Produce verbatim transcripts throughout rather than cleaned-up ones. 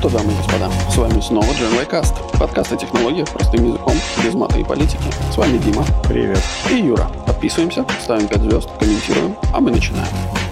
что, дамы и господа, с вами снова GenYcast, подкаст о технологиях простым языком, без мата и политики. С вами Дима. Привет. И Юра. Подписываемся, ставим пять звезд, комментируем, а мы начинаем.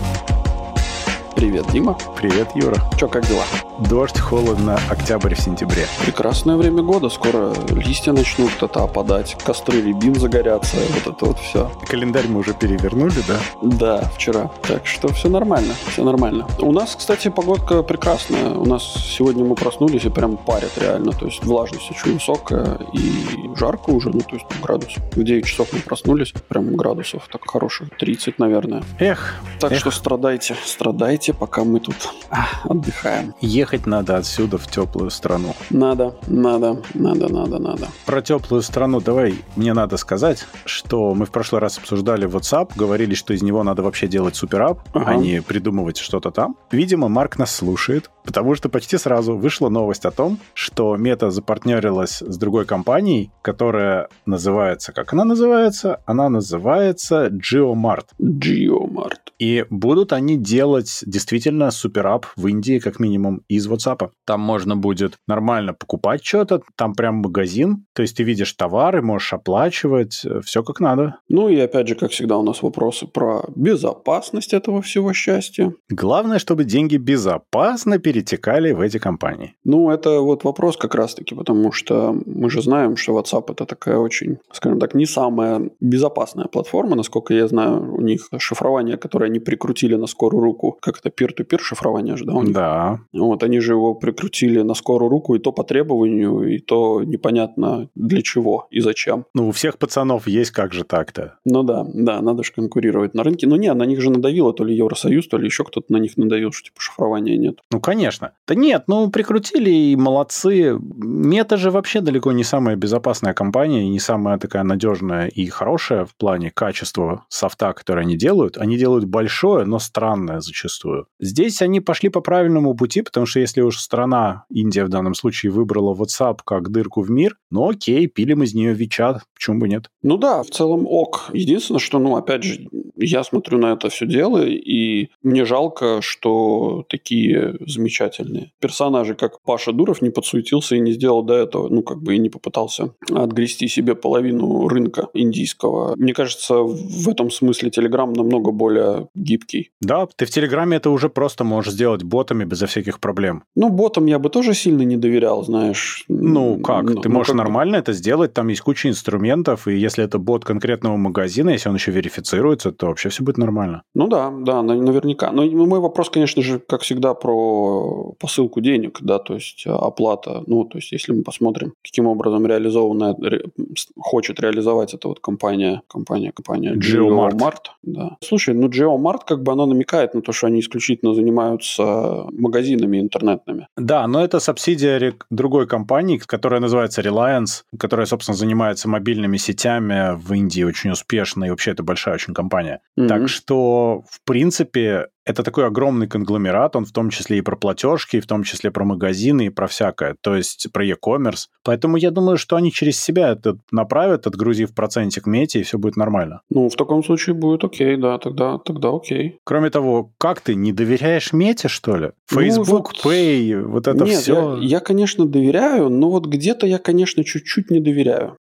Привет, Дима. Привет, Юра. Чё, как дела? Дождь, холодно, октябрь в сентябре. Прекрасное время года, скоро листья начнут кто-то опадать, костры рябин загорятся, вот это вот все. Календарь мы уже перевернули, да? Да, вчера. Так что все нормально, все нормально. У нас, кстати, погодка прекрасная. У нас сегодня мы проснулись и прям парит реально, то есть влажность очень высокая и жарко уже, ну то есть градусов. В девять часов мы проснулись, прям градусов так хороших, тридцать, наверное. Эх. Так эх. что страдайте, страдайте, пока мы тут а, отдыхаем. Ехать надо отсюда в теплую страну. Надо, надо, надо, надо, надо. Про теплую страну давай, мне надо сказать, что мы в прошлый раз обсуждали WhatsApp, говорили, что из него надо вообще делать суперап, ага. а не придумывать что-то там. Видимо, Марк нас слушает, потому что почти сразу вышла новость о том, что Мета запартнерилась с другой компанией, которая называется... Как она называется? Она называется JioMart. JioMart. И будут они делать действительно суперап в Индии, как минимум, из WhatsApp. Там можно будет нормально покупать что-то, там прям магазин, то есть ты видишь товары, можешь оплачивать, все как надо. Ну и опять же, как всегда, у нас вопросы про безопасность этого всего счастья. Главное, чтобы деньги безопасно перетекали в эти компании. Ну, это вот вопрос как раз-таки, потому что мы же знаем, что WhatsApp это такая очень, скажем так, не самая безопасная платформа, насколько я знаю, у них шифрование, которое они прикрутили на скорую руку, как это peer-to-peer шифрование же, да? У них? Да. Вот, они же его прикрутили на скорую руку и то по требованию, и то непонятно для чего и зачем. Ну, у всех пацанов есть, как же так-то? Ну да, да, надо же конкурировать на рынке. Ну не, на них же надавило то ли Евросоюз, то ли еще кто-то на них надавил, что типа шифрования нет. Ну, конечно. Да нет, ну, прикрутили и молодцы. Мета же вообще далеко не самая безопасная компания и не самая такая надежная и хорошая в плане качества софта, который они делают. Они делают большое, но странное зачастую. Здесь они пошли по правильному пути, потому что если уж страна, Индия в данном случае, выбрала WhatsApp как дырку в мир, ну окей, пилим из нее WeChat, почему бы нет? Ну да, в целом ок. Единственное, что, ну, опять же, я смотрю на это все дело, и мне жалко, что такие замечательные персонажи, как Паша Дуров, не подсуетился и не сделал до этого, ну, как бы и не попытался отгрести себе половину рынка индийского. Мне кажется, в этом смысле Telegram намного более гибкий. Да, ты в Телеграме это уже просто можешь сделать ботами безо всяких проблем. Ну, ботам я бы тоже сильно не доверял, знаешь. Ну, как? Ну, ты ну, можешь как нормально бы... это сделать, там есть куча инструментов, и если это бот конкретного магазина, если он еще верифицируется, то вообще все будет нормально. Ну да, да, наверняка. Но мой вопрос, конечно же, как всегда, про посылку денег, да, то есть оплата. Ну, то есть если мы посмотрим, каким образом реализована, ре, хочет реализовать эта вот компания, компания, компания JioMart. JioMart, да. Слушай, ну JioMart как бы она намекает на то, что они исключительно занимаются магазинами интернетными. Да, но это субсидия другой компании, которая называется Reliance, которая, собственно, занимается мобильными сетями в Индии очень успешно, и вообще это большая очень компания. Mm-hmm. Так что, в принципе, это такой огромный конгломерат, он в том числе и про платежки, и в том числе про магазины, и про всякое, то есть про e-commerce. Поэтому я думаю, что они через себя это направят, отгрузив процентик Мете, и все будет нормально. Ну, в таком случае будет окей, да, тогда, тогда окей. Кроме того, как ты, не доверяешь Мете, что ли? Facebook, ну, вот... Pay, вот это Нет, все. Я, я, конечно, доверяю, но вот где-то я, конечно, чуть-чуть не доверяю.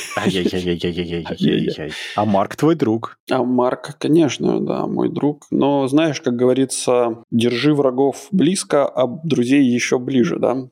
Ай-яй-яй-яй-яй-яй-яй. А Марк твой друг. А Марк, конечно, да, мой друг. Но знаешь, как говорится, держи врагов близко, а друзей еще ближе, да?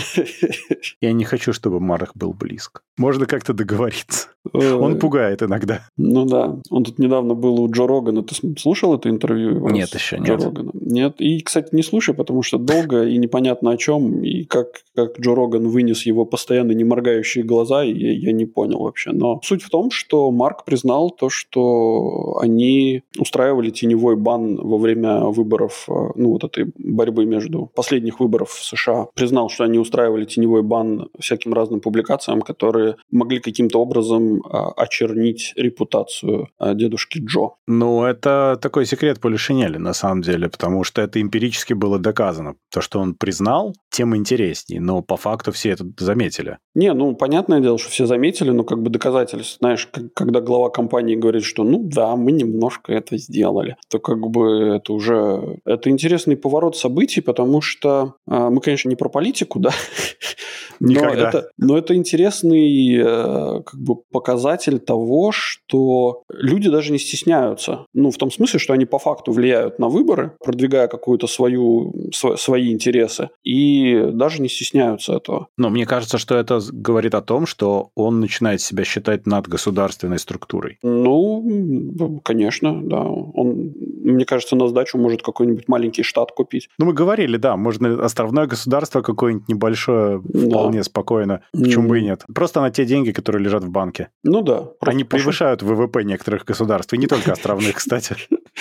Я не хочу, чтобы Марк был близко. Можно как-то договориться. Он пугает иногда. Ну да. Он тут недавно был у Джо Рогана. Ты слушал это интервью его? Нет, еще нет. Джо Рогана? Нет. И, кстати, не слушай, потому что долго и непонятно о чем. И как, как Джо Роган вынес его постоянно не моргающие глаза, я, я не понял вообще. Но суть в том, что Марк признал то, что они устраивали теневой бан во время выборов, ну вот этой борьбы между последних выборов в США. Признал, что они устраивали теневой бан всяким разным публикациям, которые могли каким-то образом этим очернить репутацию дедушки Джо. Ну, это такой секрет Полишинеля, на самом деле, потому что это эмпирически было доказано. То, что он признал, тем интереснее, но по факту все это заметили. Не, ну, понятное дело, что все заметили, но как бы доказательств, знаешь, как, когда глава компании говорит, что ну да, мы немножко это сделали, то как бы это уже... Это интересный поворот событий, потому что э, мы, конечно, не про политику, да, Никогда. Но это, но это интересный э, как бы показатель того, что люди даже не стесняются. Ну, в том смысле, что они по факту влияют на выборы, продвигая какую-то свою, св- свои интересы, и даже не стесняются этого. Но мне кажется, что это говорит о том, что он начинает себя считать надгосударственной структурой. Ну, конечно, да. Он, мне кажется, на сдачу может какой-нибудь маленький штат купить. Ну, мы говорили, да, можно островное государство какое-нибудь небольшое, вполне Да. спокойно. Почему Mm. бы и нет? Просто на те деньги, которые лежат в банке. Ну да. Они пошел. превышают ВВП некоторых государств, и не только островных, кстати.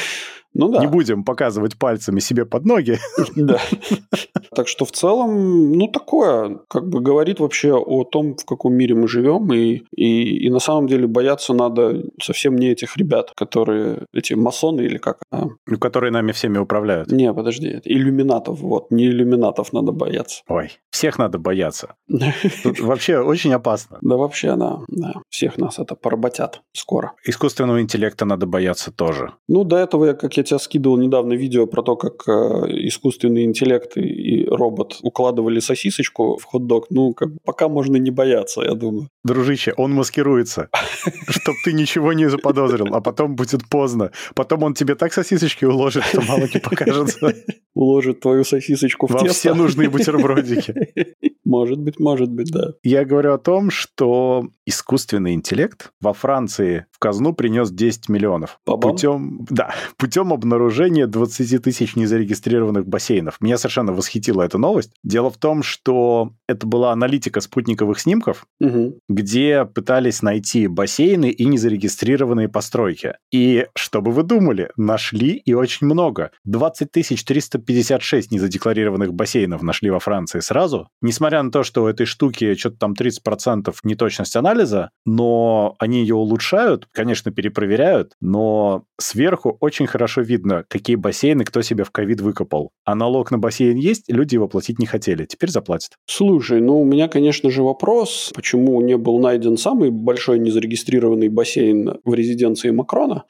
Ну да. Не будем показывать пальцами себе под ноги. Да. Так что в целом, ну, такое, как бы говорит вообще о том, в каком мире мы живем, и, и, и на самом деле бояться надо совсем не этих ребят, которые, эти масоны или как? А? Ну, которые нами всеми управляют. Не, подожди, это иллюминатов, вот, не иллюминатов надо бояться. Ой, всех надо бояться. Тут вообще очень опасно. Да вообще, да, да, всех нас это поработят скоро. Искусственного интеллекта надо бояться тоже. Ну, до этого, я, как я тебе скидывал недавно видео про то, как э, искусственный интеллект и, и робот укладывали сосисочку в хот-дог, ну, как бы пока можно не бояться, я думаю. Дружище, он маскируется, чтоб ты ничего не заподозрил, а потом будет поздно. Потом он тебе так сосисочки уложит, что мало не покажется. Уложит твою сосисочку в Во тесто. все нужные бутербродики. Может быть, может быть, да. Я говорю о том, что искусственный интеллект во Франции в казну принес десять миллионов. Бабам? Путем, да, путем обнаружения двадцать тысяч незарегистрированных бассейнов. Меня совершенно восхитила эта новость. Дело в том, что это была аналитика спутниковых снимков, Угу. где пытались найти бассейны и незарегистрированные постройки. И, что бы вы думали, нашли и очень много. двадцать тысяч триста пятьдесят шесть незадекларированных бассейнов нашли во Франции сразу. Несмотря на то, что у этой штуки что-то там тридцать процентов неточность анализа, но они ее улучшают, конечно, перепроверяют, но сверху очень хорошо видно, какие бассейны кто себе в ковид выкопал. А налог на бассейн есть, люди его платить не хотели. Теперь заплатят. Слушай, ну у меня, конечно же, вопрос, почему не был найден самый большой незарегистрированный бассейн в резиденции Макрона?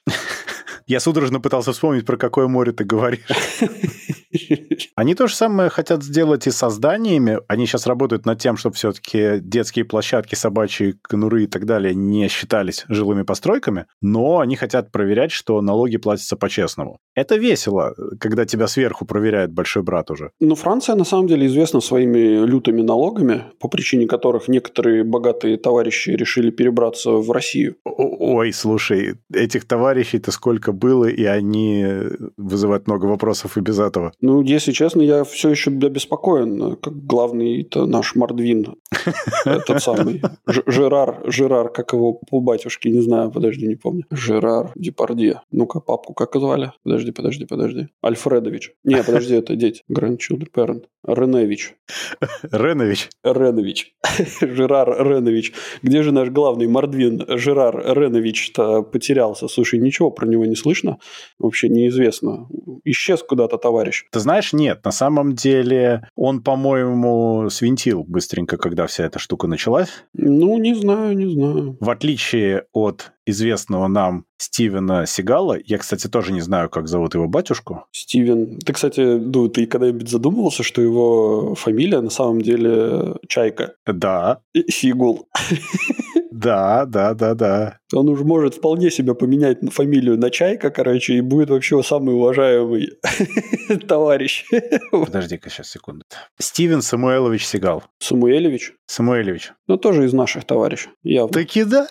Я судорожно пытался вспомнить, про какое море ты говоришь. Они то же самое хотят сделать и со зданиями. Они сейчас работают над тем, чтобы все-таки детские площадки, собачьи конуры и так далее не считались жилыми постройками, но они хотят проверять, что налоги платятся по-честному. Это весело, когда тебя сверху проверяет большой брат уже. Ну, Франция, на самом деле, известна своими лютыми налогами, по причине которых некоторые богатые товарищи решили перебраться в Россию. Ой, слушай, этих товарищей-то сколько было, и они вызывают много вопросов и без этого. Ну, если честно, я все еще обеспокоен, как главный-то наш Мордвин, этот самый, Ж- Жерар, Жерар, как его по батюшке, не знаю, подожди, не помню. Жерар Депардье. Ну-ка, папку как звали? Подожди, подожди, подожди. Альфредович. Не, подожди, это дети. Grandchildren parent. Реневич. Ренович. Ренович. Жерар Ренович. Где же наш главный Мордвин Жерар Ренович-то потерялся? Слушай, ничего про него не слышно. Вообще неизвестно. Исчез куда-то товарищ. Ты знаешь, нет, на самом деле он, по-моему, свинтил быстренько, когда вся эта штука началась. Ну, не знаю, не знаю. В отличие от известного нам Стивена Сигала, я, кстати, тоже не знаю, как зовут его батюшку. Стивен. Ты, кстати, ну, ты когда-нибудь задумывался, что его фамилия на самом деле Чайка? Да. Сигул. Да, да, да, да. Он уже может вполне себя поменять на фамилию на Чайка, короче, и будет вообще самый уважаемый товарищ. Подожди-ка сейчас, секунду. Стивен Самуэлович Сигал. Самуэлевич? Самуэлевич. Ну, тоже из наших товарищей, явно. Таки да.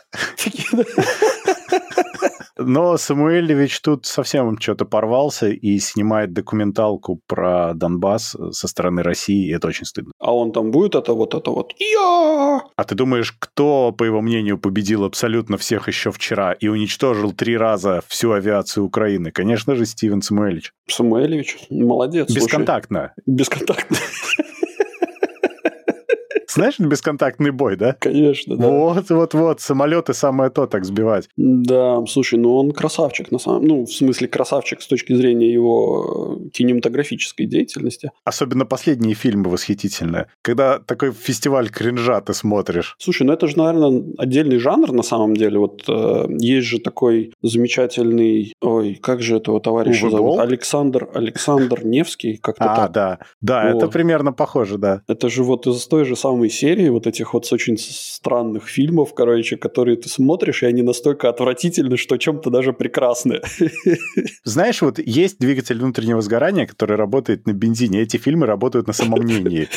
Но Самуэлевич тут совсем что-то порвался и снимает документалку про Донбасс со стороны России, и это очень стыдно. А он там будет это вот, это вот. Я! А ты думаешь, кто, по его мнению, победил абсолютно всех еще вчера и уничтожил три раза всю авиацию Украины? Конечно же, Стивен Самуэлевич. Самуэлевич, молодец. Бесконтактно. Слушай. Бесконтактно. Знаешь, бесконтактный бой, да? Конечно, да. Вот-вот-вот, самолеты самое то так сбивать. Да, слушай, ну он красавчик, на самом ну, в смысле красавчик с точки зрения его кинематографической деятельности. Особенно последние фильмы восхитительные. Когда такой фестиваль кринжа ты смотришь. Слушай, ну это же, наверное, отдельный жанр на самом деле. Вот э, есть же такой замечательный... Ой, как же этого товарища Уве зовут? Болл? Александр, Александр Невский, как-то А, так. да. Да, О. это примерно похоже, да. Это же вот из той же самой серии вот этих вот очень странных фильмов, короче, которые ты смотришь, и они настолько отвратительны, что чем-то даже прекрасны. Знаешь, вот есть двигатель внутреннего сгорания, который работает на бензине. Эти фильмы работают на самомнении.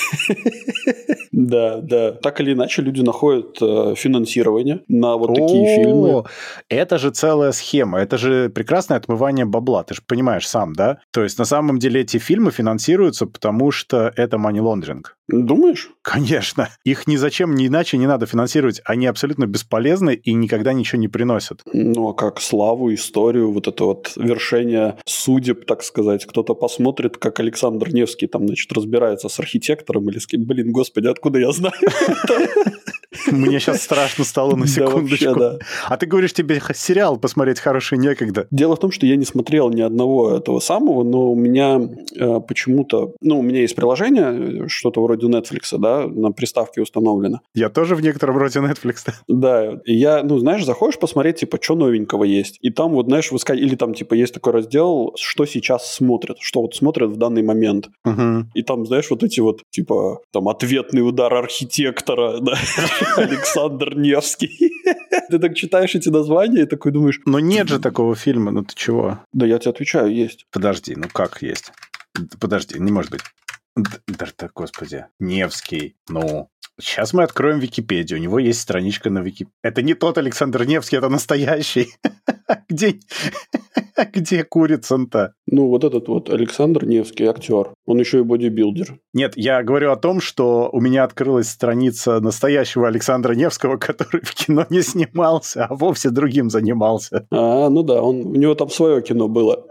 Да, да. Так или иначе, люди находят э, финансирование на вот такие фильмы. Это же целая схема. Это же прекрасное отмывание бабла. Ты же понимаешь сам, да? То есть, на самом деле, эти фильмы финансируются, потому что это money laundering. Думаешь? Конечно. Их ни зачем, ни иначе не надо финансировать. Они абсолютно бесполезны и никогда ничего не приносят. Ну, а как славу, историю, вот это вот вершение судеб, так сказать. Кто-то посмотрит, как Александр Невский там, значит, разбирается с архитектором или с кем. Блин, господи, откуда я знаю это? Мне сейчас страшно стало на секундочку. Да, вообще, да. А ты говоришь, тебе сериал посмотреть хороший некогда. Дело в том, что я не смотрел ни одного этого самого, но у меня э, почему-то... Ну, у меня есть приложение, что-то вроде Netflix, да, на приставке установлено. Я тоже в некотором роде Netflix. Да, и я, ну, знаешь, заходишь посмотреть, типа, что новенького есть. И там вот, знаешь, выскать... или там, типа, есть такой раздел, что сейчас смотрят, что вот смотрят в данный момент. Угу. И там, знаешь, вот эти вот, типа, там, ответный удар архитектора, да, Александр Невский. Ты так читаешь эти названия и такой думаешь... Но нет же такого фильма, ну ты чего? Да я тебе отвечаю, есть. Подожди, ну как есть? Подожди, не может быть. Да, да, господи. Невский, ну... Сейчас мы откроем Википедию. У него есть страничка на Википедии. Это не тот Александр Невский, это настоящий. Где... Где Курицын-то? Ну, вот этот вот Александр Невский, актер. Он еще и бодибилдер. Нет, я говорю о том, что у меня открылась страница настоящего Александра Невского, который в кино не снимался, а вовсе другим занимался. А, ну да, он, у него там свое кино было.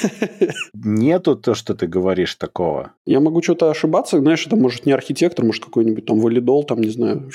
Нету то, что ты говоришь, такого. Я могу что-то ошибаться. Знаешь, это может не архитектор, может какой-нибудь там валидол, там, не знаю.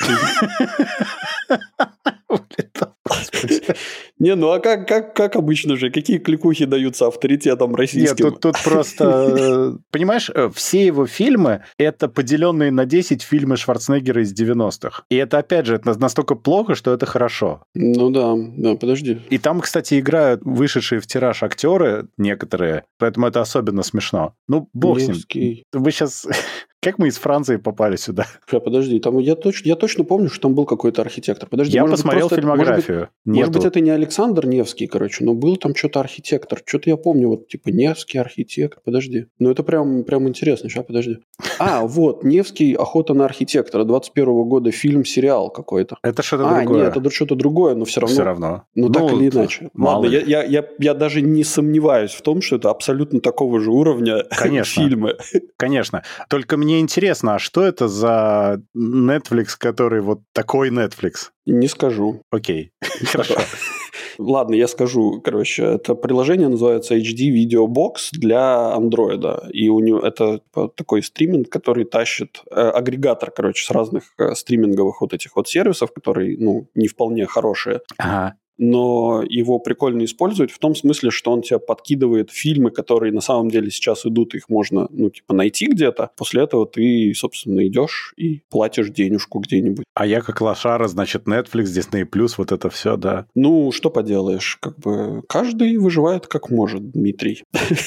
Не, ну а как, как, как обычно же? Какие кликухи даются авторитетом российским? Нет, тут, тут просто... Понимаешь, все его фильмы — это поделенные на десять фильмы Шварценеггера из девяностых. И это, опять же, это настолько плохо, что это хорошо. Ну да, да, подожди. И там, кстати, играют вышедшие в тираж актеры некоторые, поэтому это особенно смешно. Ну, бог Невский. с ним. Вы сейчас... Как мы из Франции попали сюда? Сейчас, подожди, там я, точ, я точно помню, что там был какой-то архитектор. Подожди, я может посмотрел быть, фильмографию. Может быть, может быть, это не Александр Невский, короче, но был там что-то архитектор. Что-то я помню, вот типа Невский архитектор. Подожди. Ну, это прям, прям интересно. Сейчас, подожди. А, вот, Невский «Охота на архитектора» двадцать первого года, фильм-сериал какой-то. Это что-то а, другое. А, нет, это что-то другое, но все равно. Все равно. Ну, ну так или иначе. Ладно, я, я, я, я даже не сомневаюсь в том, что это абсолютно такого же уровня Конечно. фильмы. Конечно. Только мне интересно, а что это за Netflix, который вот такой Netflix? Не скажу. Окей, хорошо. Ладно, я скажу. Короче, это приложение называется эйч ди Video Box для Android. И у него это такой стриминг, который тащит э, агрегатор, короче, с разных э, стриминговых вот этих вот сервисов, которые, ну, не вполне хорошие. Ага. Но его прикольно использовать в том смысле, что он тебе подкидывает фильмы, которые на самом деле сейчас идут, их можно, ну, типа, найти где-то. После этого ты, собственно, идешь и платишь денежку где-нибудь. А я как лошара, значит, Netflix, Disney+, вот это все, да. Ну, что поделаешь, как бы каждый выживает как может, Дмитрий.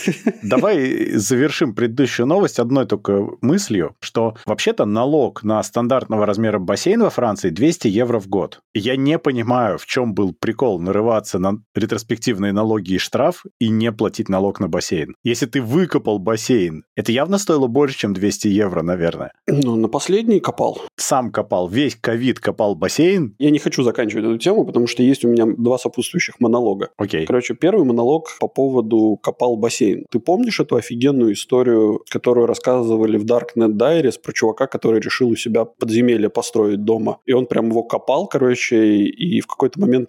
Давай завершим предыдущую новость одной только мыслью, что вообще-то налог на стандартного размера бассейн во Франции двести евро в год. Я не понимаю, в чем был прикол нарываться на ретроспективные налоги и штраф и не платить налог на бассейн. Если ты выкопал бассейн, это явно стоило больше, чем двести евро, наверное. Ну, на последний копал. Сам копал, весь ковид копал бассейн. Я не хочу заканчивать эту тему, потому что есть у меня два сопутствующих монолога. Окей. Короче, первый монолог по поводу копал бассейн. Ты помнишь эту офигенную историю, которую рассказывали в Darknet Diaries про чувака, который решил у себя подземелье построить дома? И он прям его копал, короче, и в какой-то момент там все обрушилось,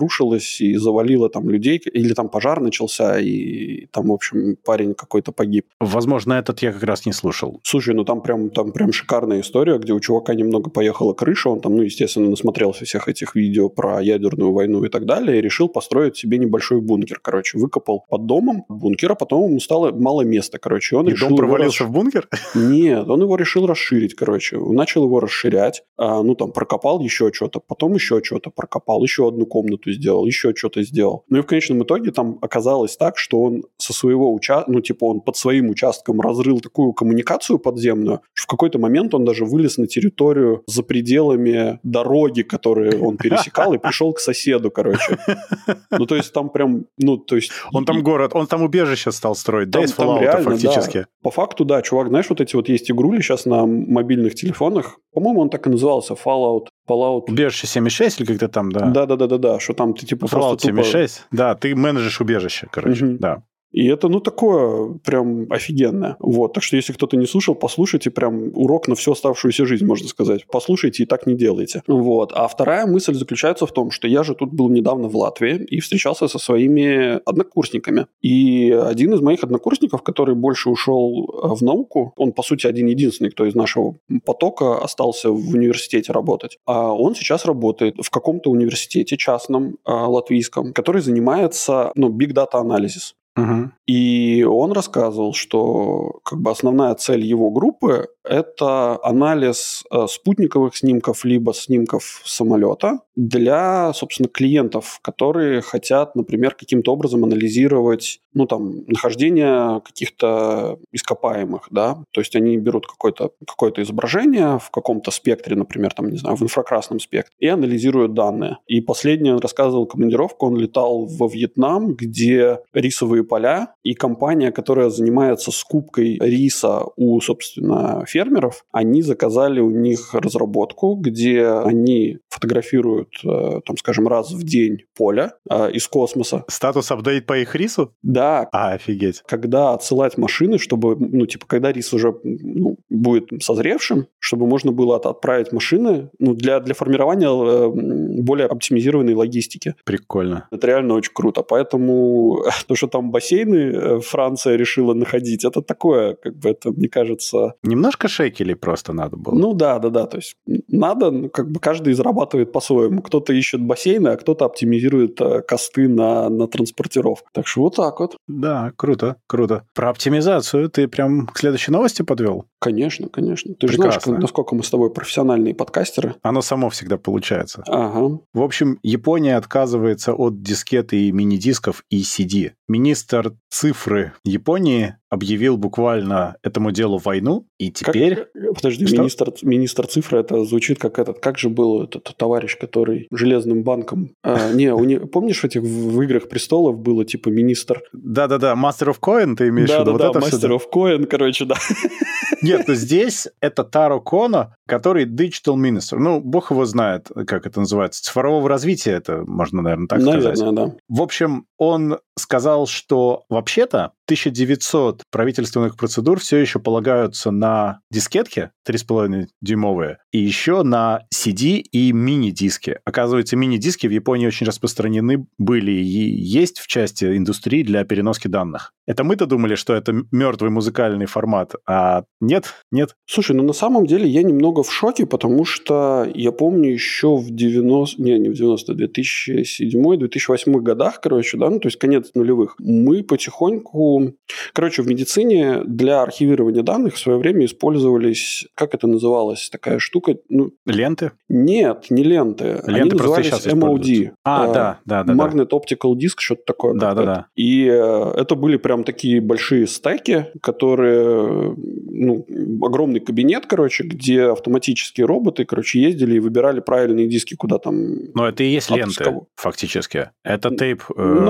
обрушилась и завалила там людей, или там пожар начался, и там, в общем, парень какой-то погиб. Возможно, этот я как раз не слушал. Слушай, ну там прям, там прям шикарная история, где у чувака немного поехала крыша, он там, ну, естественно, насмотрелся всех этих видео про ядерную войну и так далее, и решил построить себе небольшой бункер, короче, выкопал под домом бункер, а потом ему стало мало места, короче, он и решил... дом провалился расш... в бункер? Нет, он его решил расширить, короче, он начал его расширять, а, ну, там, прокопал еще что-то, потом еще что-то прокопал, еще одну комнату сделал, еще что-то сделал. Ну, и в конечном итоге там оказалось так, что он со своего участка, ну, типа, он под своим участком разрыл такую коммуникацию подземную, что в какой-то момент он даже вылез на территорию за пределами дороги, которые он пересекал, и пришел к соседу, короче. Ну, то есть там прям, ну, то есть... Он там город, он там убежище стал строить, да, из Fallout фактически. Да. По факту, да, чувак, знаешь, вот эти вот есть игрули сейчас на мобильных телефонах, по-моему, он так и назывался, Fallout. Fallout. Убежище семьдесят шесть или как-то там, да? Да-да-да-да, что там ты типа Fallout просто семьдесят шесть, тупо... да, ты менеджешь убежище, короче, угу. да. И это, ну, такое прям офигенное. Вот, так что если кто-то не слушал, послушайте, прям урок на всю оставшуюся жизнь, можно сказать. Послушайте и так не делайте. Вот. А вторая мысль заключается в том, что я же тут был недавно в Латвии и встречался со своими однокурсниками. И один из моих однокурсников, который больше ушел в науку, он, по сути, один-единственный, кто из нашего потока остался в университете работать. А он сейчас работает в каком-то университете частном, латвийском, который занимается, ну, big data analysis. Угу. И он рассказывал, что как бы основная цель его группы – это анализ э, спутниковых снимков либо снимков самолета для, собственно, клиентов, которые хотят, например, каким-то образом анализировать, ну, там, нахождение каких-то ископаемых, да, то есть они берут какое-то, какое-то изображение в каком-то спектре, например, там, не знаю, в инфракрасном спектре, и анализируют данные. И последний он рассказывал командировку, он летал во Вьетнам, где рисовые поля, и компания, которая занимается скупкой риса у, собственно, фермеров, они заказали у них разработку, где они фотографируют, там, скажем, раз в день поле э, из космоса. Статус-апдейт по их рису? Да. А, офигеть. Когда отсылать машины, чтобы, ну, типа, когда рис уже, ну, будет созревшим, чтобы можно было от- отправить машины, ну, для, для формирования э, более оптимизированной логистики. Прикольно. Это реально очень круто. Поэтому то, что там бассейны Франция решила находить, это такое, как бы, это, мне кажется... Немножко шекелей просто надо было. Ну, да, да, да. То есть надо, ну, как бы каждый зарабатывает по-своему. Кто-то ищет бассейны, а кто-то оптимизирует э, косты на, на транспортировку. Так что вот так вот. Да, круто, круто. Про оптимизацию ты прям к следующей новости подвел? Конечно, конечно. Ты Прекрасно. же знаешь, насколько мы с тобой профессиональные подкастеры. Оно само всегда получается. Ага. В общем, Япония отказывается от дискет и мини-дисков и си ди. Министр цифры Японии объявил буквально этому делу войну, и теперь... Как... Подожди, Что? министр, министр цифры, это звучит как этот... Как же был этот товарищ, который железным банком... А, не, у не, помнишь, в этих в «Играх престолов» было типа министр... Да-да-да, Master of Coin ты имеешь в виду? Да-да-да, вот Master of Coin, короче, да. Нет, но здесь это Таро Коно, который Digital Minister. Ну, бог его знает, как это называется. Цифрового развития, это можно, наверное, так Наверное, сказать. да. В общем, он сказал, что вообще-то тысяча девятьсот правительственных процедур все еще полагаются на дискетки три с половиной дюймовые и еще на си ди и мини-диски. Оказывается, мини-диски в Японии очень распространены были и есть в части индустрии для переноски данных. Это мы-то думали, что это мертвый музыкальный формат, а нет, нет. Слушай, ну на самом деле я немного в шоке, потому что я помню еще в девяностых, не, не в девяностых, две тысячи седьмом - две тысячи восьмом годах, короче, да, ну то есть конец нулевых, мы потихоньку, короче, в медицине для архивирования данных в свое время использовались, как это называлось, такая штука, ну... Ленты? Нет, не ленты. Ленты Они просто назывались сейчас эм о ди. А, э, да, да, да. Magnet Optical Disc, что-то такое. Да, да, да. И э, это были прям такие большие стеки, которые, ну, огромный кабинет, короче, где автоматические роботы, короче, ездили и выбирали правильные диски, куда там... Но это и есть ленты, отпусково. фактически. Это тейп... Э, ну,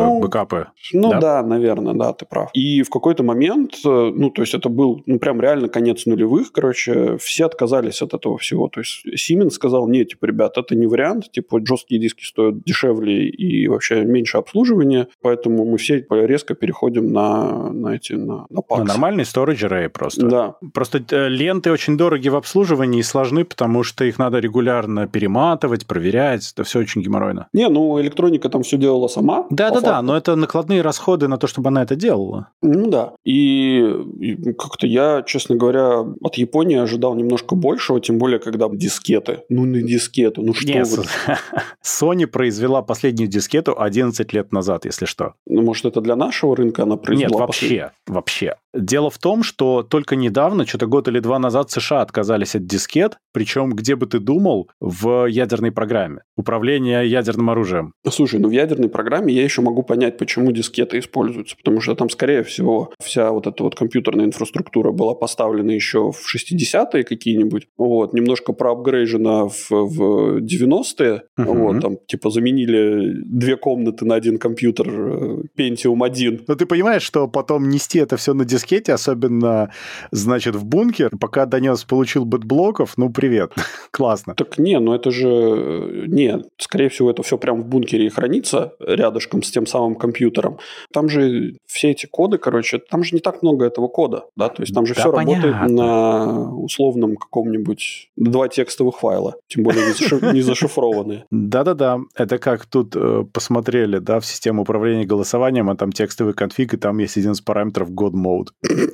ну, бэкапы. Ну да? да, наверное, да, ты прав. И в какой-то момент, ну, то есть это был, ну, прям реально конец нулевых, короче, все отказались от этого всего. То есть Siemens сказал, нет, типа, ребят, это не вариант, типа, жесткие диски стоят дешевле и вообще меньше обслуживания, поэтому мы все резко переходим на, на эти, на, на пакс. На нормальный storage array просто. Да. Просто ленты очень дороги в обслуживании и сложны, потому что их надо регулярно перематывать, проверять, это все очень геморройно. Не, ну, электроника там все делала сама. Да-да-да, но это накладные расходы на то, чтобы она это делала. Ну да. И, и как-то я, честно говоря, от Японии ожидал немножко большего, тем более, когда дискеты. Ну, на дискету, ну что Нет, вы. Sony произвела последнюю дискету одиннадцать лет назад, если что. Ну, может, это для нашего рынка она произвела? Нет, вообще, вообще. Дело в том, что только недавно, что-то год или два назад, США отказались от дискет, причем, где бы ты думал, в ядерной программе. Управление ядерным оружием. Слушай, ну в ядерной программе я еще могу понять, почему дискеты используются, потому что там, скорее всего, вся вот эта вот компьютерная инфраструктура была поставлена еще в шестидесятые какие-нибудь, вот, немножко проапгрейжена в, в девяностые, uh-huh. вот, там, типа, заменили две комнаты на один компьютер Pentium один. Но ты понимаешь, что потом нести это все на дискете, особенно, значит, в бункер, пока донес, получил бэтблоков, ну, привет, классно. Так не, ну это же... Нет, скорее всего, это все прямо в бункере и хранится рядышком с тем самым компьютером. Там же все эти коды, короче, там же не так много этого кода, да, то есть там же да, все понятно. Работает на условном каком-нибудь два текстовых файла, тем более не зашифрованные. Да-да-да, это как тут э, посмотрели, да, в систему управления голосованием, а там текстовый конфиг, и там есть один из параметров God Mode.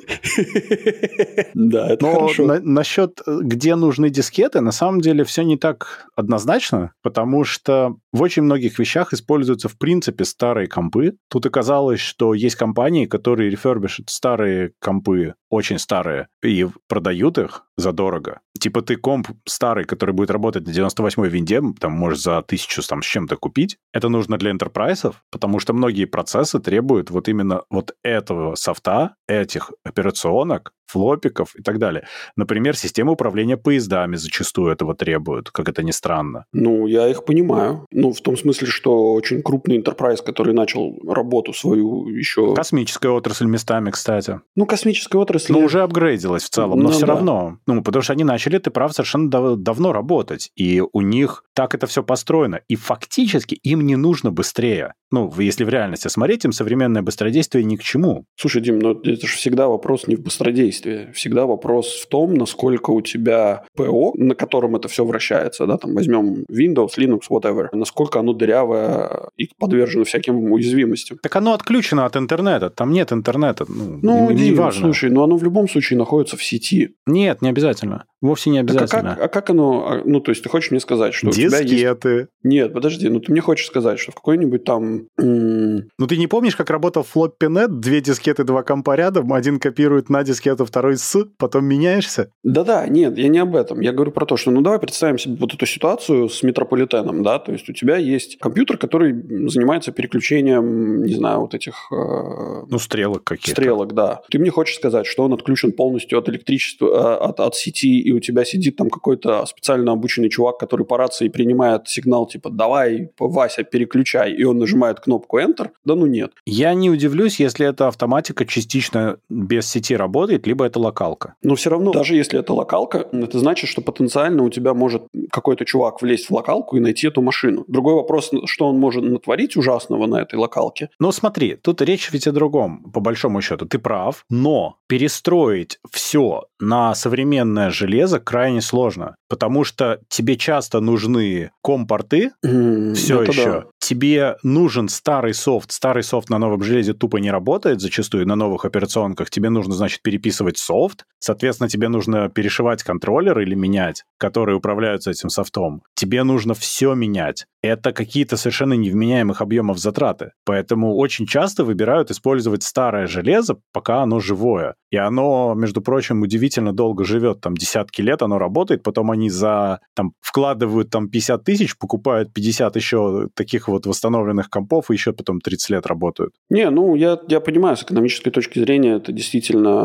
Да, это хорошо. Но насчет, где нужны дискеты, на самом деле все не так однозначно, потому что в очень многих вещах используются, в принципе, старые компы. Тут оказалось, что есть компании, которые рефербишат старые компы, очень старые, и продают их задорого. Типа ты комп старый, который будет работать на девяносто восьмой винде, там, можешь за тысячу там, с чем-то купить. Это нужно для энтерпрайсов, потому что многие процессы требуют вот именно вот этого софта, этих операционок, флопиков и так далее. Например, система управления поездами зачастую этого требует, как это ни странно. Ну, я их понимаю. Ну, в том смысле, что очень крупный enterprise, который начал работу свою еще... Космическая отрасль местами, кстати. Ну, космическая отрасль... Ну, уже апгрейдилась в целом, но ну, все да. равно. Ну, потому что они начали, ты прав, совершенно дав- давно работать. И у них так это все построено. И фактически им не нужно быстрее. Ну, если в реальности смотреть, им современное быстродействие ни к чему. Слушай, Дим, ну это же всегда вопрос не в быстродействии. Всегда вопрос в том, насколько у тебя ПО, на котором это все вращается, да, там возьмем Windows, Linux, whatever, насколько оно дырявое и подвержено всяким уязвимостям. Так оно отключено от интернета, там нет интернета. Ну, ну им, Дим, не важно. Слушай, но оно в любом случае находится в сети. Нет, не обязательно. Вовсе не обязательно. А как, а как оно... Ну, то есть, ты хочешь мне сказать, что дискеты. У тебя есть... Нет, подожди, ну ты мне хочешь сказать, что в какой-нибудь там... М- ну, ты не помнишь, как работал FloppyNet? Две дискеты, два компа рядом, один копирует на дискету, второй с, потом меняешься? Да-да, нет, я не об этом. Я говорю про то, что, ну, давай представим себе вот эту ситуацию с метрополитеном, да, то есть у тебя есть компьютер, который занимается переключением, не знаю, вот этих... Э- ну, стрелок каких-то. Стрелок, да. Ты мне хочешь сказать, что он отключен полностью от электричества, от, от сети, и у тебя сидит там какой-то специально обученный чувак, который по рации принимает сигнал типа «давай, Вася, переключай», и он нажимает кнопку Enter? Да ну нет. Я не удивлюсь, если эта автоматика частично без сети работает, либо это локалка. Но все равно, даже если это локалка, это значит, что потенциально у тебя может какой-то чувак влезть в локалку и найти эту машину. Другой вопрос, что он может натворить ужасного на этой локалке. Ну смотри, тут речь ведь о другом, по большому счету. Ты прав, но перестроить все на современное железо крайне сложно, потому что тебе часто нужны ком-порты, mm, все еще. Да. Тебе нужен старый софт. Старый софт на новом железе тупо не работает зачастую на новых операционках. Тебе нужно, значит, переписывать софт. Соответственно, тебе нужно перешивать контроллеры или менять, которые управляются этим софтом. Тебе нужно все менять. Это какие-то совершенно невменяемых объемов затраты. Поэтому очень часто выбирают использовать старое железо, пока оно живое. И оно, между прочим, удивительно долго живет. Там десятки лет оно работает, потом они за... там вкладывают там пятьдесят тысяч, покупают пятьдесят еще таких вот восстановленных компов, и еще потом тридцать лет работают. Не, ну, я, я понимаю, с экономической точки зрения это действительно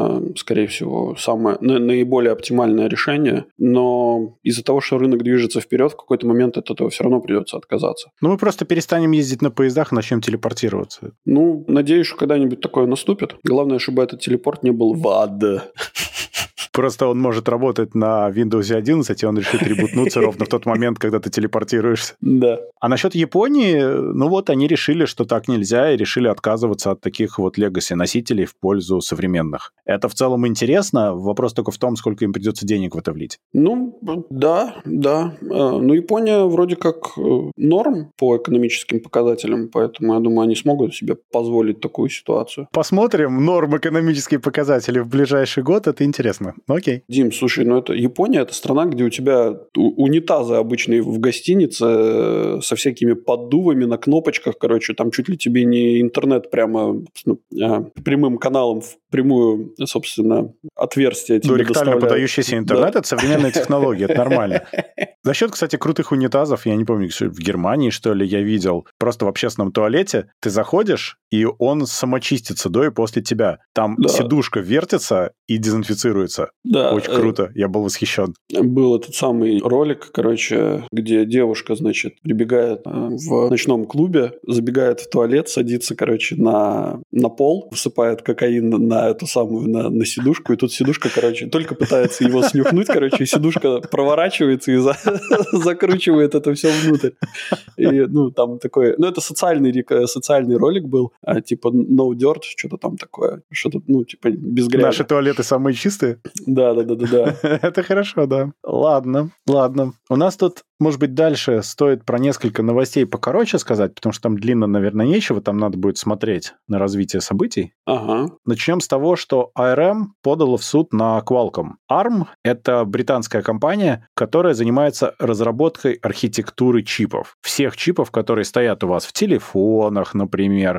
скорее всего, самое на- наиболее оптимальное решение. Но из-за того, что рынок движется вперед, в какой-то момент от этого все равно придется отказаться. Ну, мы просто перестанем ездить на поездах и начнем телепортироваться. Ну, надеюсь, что когда-нибудь такое наступит. Главное, чтобы этот телепорт не был в ад. Просто он может работать на Windows одиннадцать, и он решит ребутнуться ровно в тот момент, когда ты телепортируешься. Да. А насчет Японии, ну вот они решили, что так нельзя, и решили отказываться от таких вот легаси-носителей в пользу современных. Это в целом интересно. Вопрос только в том, сколько им придется денег в это влить. Ну, да, да. Но Япония вроде как норм по экономическим показателям, поэтому, я думаю, они смогут себе позволить такую ситуацию. Посмотрим норм экономические показатели в ближайший год. Это интересно. Окей. Дим, слушай, ну это Япония, это страна, где у тебя унитазы обычные в гостинице со всякими поддувами на кнопочках, короче, там чуть ли тебе не интернет прямо ну, прямым каналом в прямую, собственно, отверстие тебе Ну, ректально доставляют. подающийся интернет, Да. Это современная технология, это нормально. За счет, кстати, крутых унитазов, я не помню, в Германии, что ли, я видел, просто в общественном туалете ты заходишь, и он самочистится до и после тебя. Там Да. сидушка вертится и дезинфицируется. Да. Очень круто, я был восхищен. Был этот самый ролик, короче, где девушка, значит, прибегает в ночном клубе, забегает в туалет, садится, короче, на, на пол, высыпает кокаин на эту самую, на, на сидушку, и тут сидушка, короче, только пытается его снюхнуть, короче, и сидушка проворачивается и за, закручивает это все внутрь. И, ну, там такой... Ну, это социальный, социальный ролик был, а, типа no dirt, что-то там такое, что-то, ну, типа без грязи. Наши туалеты самые чистые? Да, да, да, да, да. Это хорошо, да. Ладно, ладно. У нас тут, может быть, дальше стоит про несколько новостей покороче сказать, потому что там длинно, наверное, нечего, там надо будет смотреть на развитие событий. Ага. Начнем с того, что эй ар эм подала в суд на Qualcomm. арм — это британская компания, которая занимается разработкой архитектуры чипов. Всех чипов, которые стоят у вас в телефонах, например,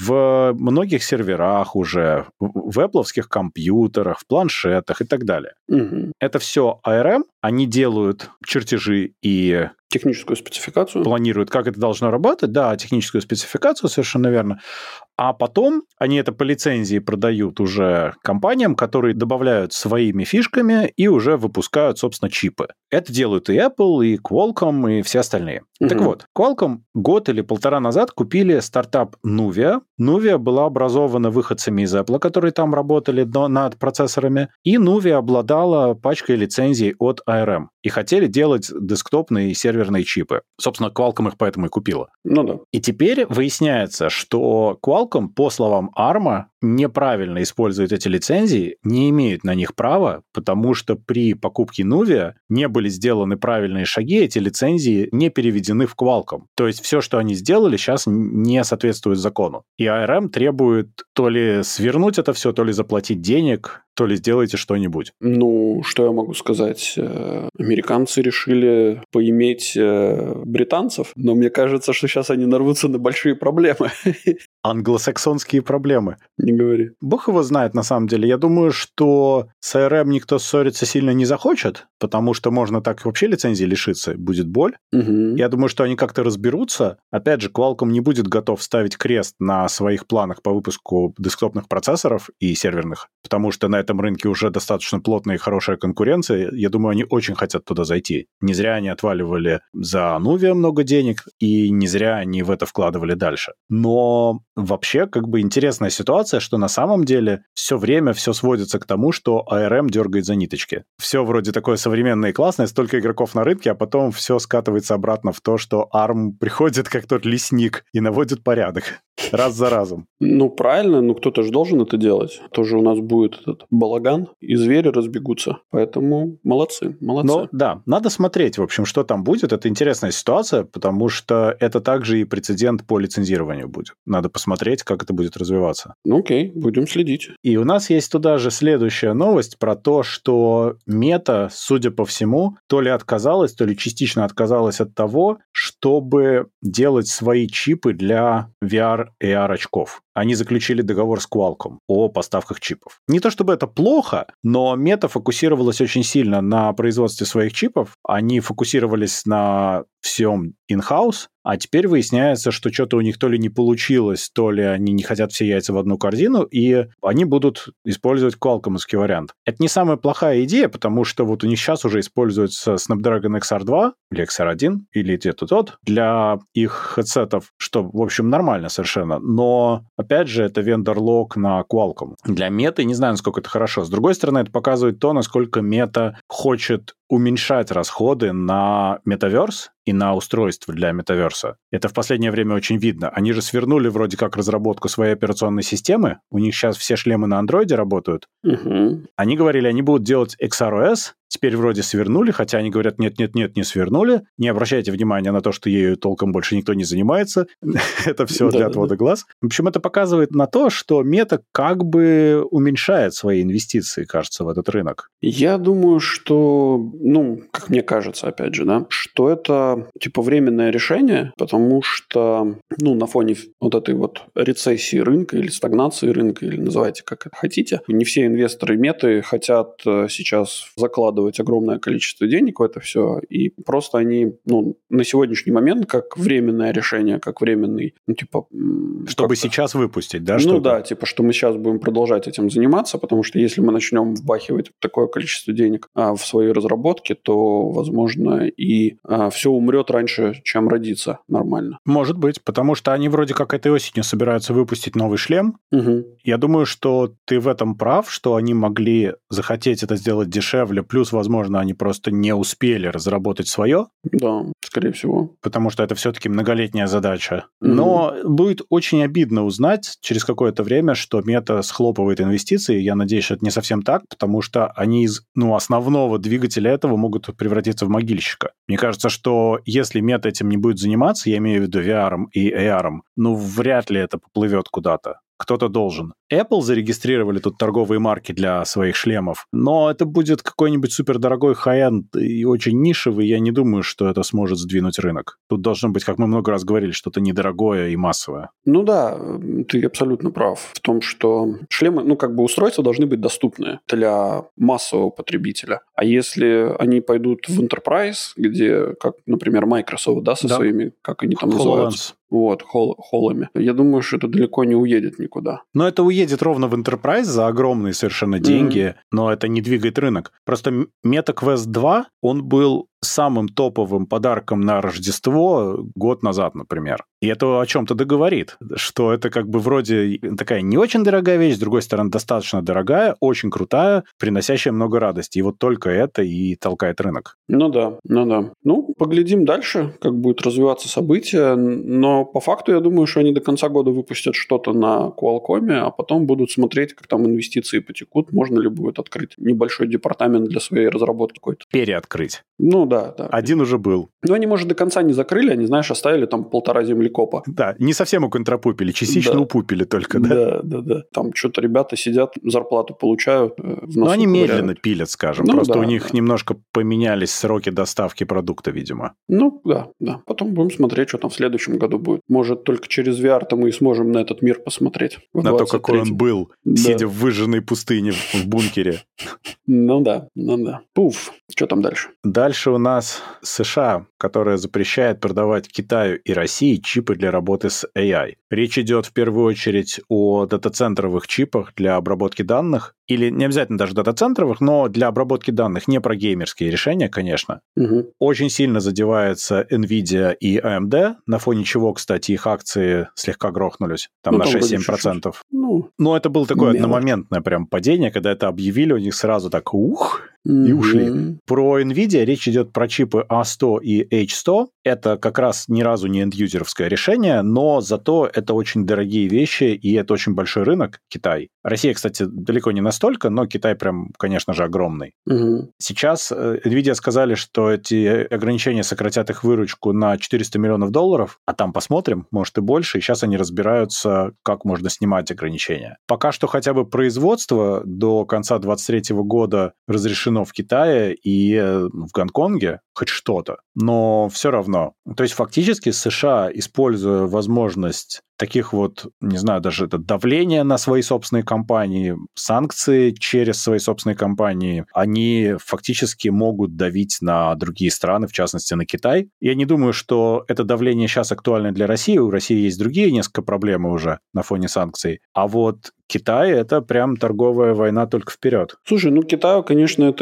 в многих серверах уже, в Apple'овских компьютерах, в планшетах и так далее. Угу. Это все эй ар эм, они делают чертежи и техническую спецификацию. Планируют, как это должно работать, да, техническую спецификацию, совершенно верно. А потом они это по лицензии продают уже компаниям, которые добавляют своими фишками и уже выпускают, собственно, чипы. Это делают и Apple, и Qualcomm, и все остальные. Угу. Так вот, Qualcomm год или полтора назад купили стартап Nuvia. Nuvia была образована выходцами из Apple, которые там работали над процессорами, и Nuvia обладала пачкой лицензий от эй ар эм. И хотели делать десктопные серверные чипы. Собственно, Qualcomm их поэтому и купила. Ну да. И теперь выясняется, что Qualcomm, по словам арм, неправильно использует эти лицензии, не имеет на них права, потому что при покупке Nuvia не были сделаны правильные шаги, эти лицензии не переведены в Qualcomm. То есть все, что они сделали, сейчас не соответствует закону. И эй ар эм требует то ли свернуть это все, то ли заплатить денег, то ли сделайте что-нибудь. Ну, что я могу сказать? Американцы решили поиметь британцев, но мне кажется, что сейчас они нарвутся на большие проблемы. Англосаксонские проблемы. Не говори. Бог его знает, на самом деле. Я думаю, что с эй ар эм никто ссориться сильно не захочет, потому что можно так вообще лицензии лишиться, будет боль. Угу. Я думаю, что они как-то разберутся. Опять же, Qualcomm не будет готов ставить крест на своих планах по выпуску десктопных процессоров и серверных, потому что на этом рынке уже достаточно плотная и хорошая конкуренция. Я думаю, они очень хотят туда зайти. Не зря они отваливали за Nuvia много денег, и не зря они в это вкладывали дальше. Но вообще, как бы интересная ситуация, что на самом деле все время все сводится к тому, что эй ар эм дергает за ниточки. Все вроде такое современное и классное, столько игроков на рынке, а потом все скатывается обратно в то, что арм приходит как тот лесник и наводит порядок раз за разом. Ну, правильно, но кто-то же должен это делать. Тоже у нас будет этот балаган, и звери разбегутся. Поэтому молодцы, молодцы. Но да, надо смотреть, в общем, что там будет. Это интересная ситуация, потому что это также и прецедент по лицензированию будет. Надо посмотреть, как это будет развиваться. Ну, окей, будем следить. И у нас есть туда же следующая новость про то, что Мета, судя по всему, то ли отказалась, то ли частично отказалась от того, чтобы делать свои чипы для ви ар эй ар очков. Они заключили договор с Qualcomm о поставках чипов. Не то чтобы это плохо, но Meta фокусировалась очень сильно на производстве своих чипов. Они фокусировались на всем in-house, а теперь выясняется, что что-то у них то ли не получилось, то ли они не хотят все яйца в одну корзину, и они будут использовать Qualcomm-овский вариант. Это не самая плохая идея, потому что вот у них сейчас уже используется Snapdragon икс ар два или икс ар один, или где-то тот, для их хедсетов, что, в общем, нормально совершенно. Но, опять же, это вендор-лок на Qualcomm. Для Meta не знаю, насколько это хорошо. С другой стороны, это показывает то, насколько Meta хочет уменьшать расходы на метаверс и на устройства для метаверса. Это в последнее время очень видно. Они же свернули вроде как разработку своей операционной системы. У них сейчас все шлемы на андроиде работают. Угу. Они говорили, они будут делать икс ар о эс, теперь вроде свернули, хотя они говорят, нет-нет-нет, не свернули. Не обращайте внимания на то, что ею толком больше никто не занимается. Это все для отвода глаз. В общем, это показывает на то, что Meta как бы уменьшает свои инвестиции, кажется, в этот рынок. Я думаю, что, ну, как мне кажется, опять же, да, что это типа временное решение, потому что, ну, на фоне вот этой вот рецессии рынка или стагнации рынка, или называйте как это хотите, не все инвесторы Меты хотят сейчас закладывать огромное количество денег в это все, и просто они, ну, на сегодняшний момент как временное решение, как временный, ну, типа... Чтобы сейчас выпустить, да? Ну, что-то? да, типа, что мы сейчас будем продолжать этим заниматься, потому что если мы начнем вбахивать такое количество денег а, в свои разработки, то, возможно, и а, все умрет раньше, чем родится нормально. Может быть, потому что они вроде как этой осенью собираются выпустить новый шлем. Угу. Я думаю, что ты в этом прав, что они могли захотеть это сделать дешевле, плюс, возможно, они просто не успели разработать свое. Да, скорее всего. Потому что это все-таки многолетняя задача. Угу. Но будет очень обидно узнать через какое-то время, что Мета схлопывает инвестиции. Я надеюсь, что это не совсем так, потому что они из ну, основного двигателя этого могут превратиться в могильщика. Мне кажется, что если Мета этим не будет заниматься, я имею в виду ви ар и эй ар, ну, вряд ли это поплывет куда-то. Кто-то должен. Apple зарегистрировали тут торговые марки для своих шлемов, но это будет какой-нибудь супердорогой хай-энд и очень нишевый. Я не думаю, что это сможет сдвинуть рынок. Тут должно быть, как мы много раз говорили, что-то недорогое и массовое. Ну да, ты абсолютно прав в том, что шлемы, ну как бы устройства должны быть доступны для массового потребителя. А если они пойдут в enterprise, где, как, например, Microsoft, да, со да. своими, как они там HoloLens. Называются? Вот, хол- холлами. Я думаю, что это далеко не уедет никуда. Но это уедет ровно в Enterprise за огромные совершенно деньги, mm-hmm. но это не двигает рынок. Просто Meta Quest два, он был самым топовым подарком на Рождество год назад, например. И это о чем-то договорит, что это как бы вроде такая не очень дорогая вещь, с другой стороны, достаточно дорогая, очень крутая, приносящая много радости. И вот только это и толкает рынок. Ну да, ну да. Ну, поглядим дальше, как будет развиваться событие, но по факту я думаю, что они до конца года выпустят что-то на Qualcomm, а потом будут смотреть, как там инвестиции потекут, можно ли будет открыть небольшой департамент для своей разработки какой-то. Переоткрыть. Ну да, да. Один уже был. Ну, они, может, до конца не закрыли, они, знаешь, оставили там полтора землекопа. Да, не совсем уконтрапупили, частично да. упупили только, да? Да, да, да. Там что-то ребята сидят, зарплату получают. В носу Но они ковыряют. медленно пилят, скажем. Ну, Просто да, у них да. немножко поменялись сроки доставки продукта, видимо. Ну, да, да. Потом будем смотреть, что там в следующем году будет. Может, только через ви ар-то мы и сможем на этот мир посмотреть. На то, какой он был, да. сидя в выжженной пустыне в бункере. Ну да, ну да. Пуф. Что там дальше? Дальше у нас США, которая запрещает продавать Китаю и России чипы для работы с эй ай. Речь идет в первую очередь о дата-центровых чипах для обработки данных, или не обязательно даже дата-центровых, но для обработки данных, не про геймерские решения, конечно. Угу. Очень сильно задевается NVIDIA и эй эм ди, на фоне чего, кстати, их акции слегка грохнулись, там ну, на шесть-семь процентов. Ну, но это было такое мелочь. Одномоментное прям падение, когда это объявили, у них сразу так ух, и ушли. Про NVIDIA речь идет про чипы эй сто и эйч сто. Это как раз ни разу не энд-юзеровское решение, но зато это очень дорогие вещи, и это очень большой рынок, Китай. Россия, кстати, далеко не настолько, но Китай прям, конечно же, огромный. Угу. Сейчас NVIDIA сказали, что эти ограничения сократят их выручку на четыреста миллионов долларов, а там посмотрим, может и больше, и сейчас они разбираются, как можно снимать ограничения. Пока что хотя бы производство до конца двадцать третьего года разрешено в Китае и в Гонконге, хоть что-то. Но все равно. То есть фактически США, используя возможность таких вот, не знаю, даже это давление на свои собственные компании, санкции через свои собственные компании, они фактически могут давить на другие страны, в частности, на Китай. Я не думаю, что это давление сейчас актуально для России. У России есть другие несколько проблем уже на фоне санкций. А вот Китай — это прям торговая война только вперед. Слушай, ну Китаю, конечно, это,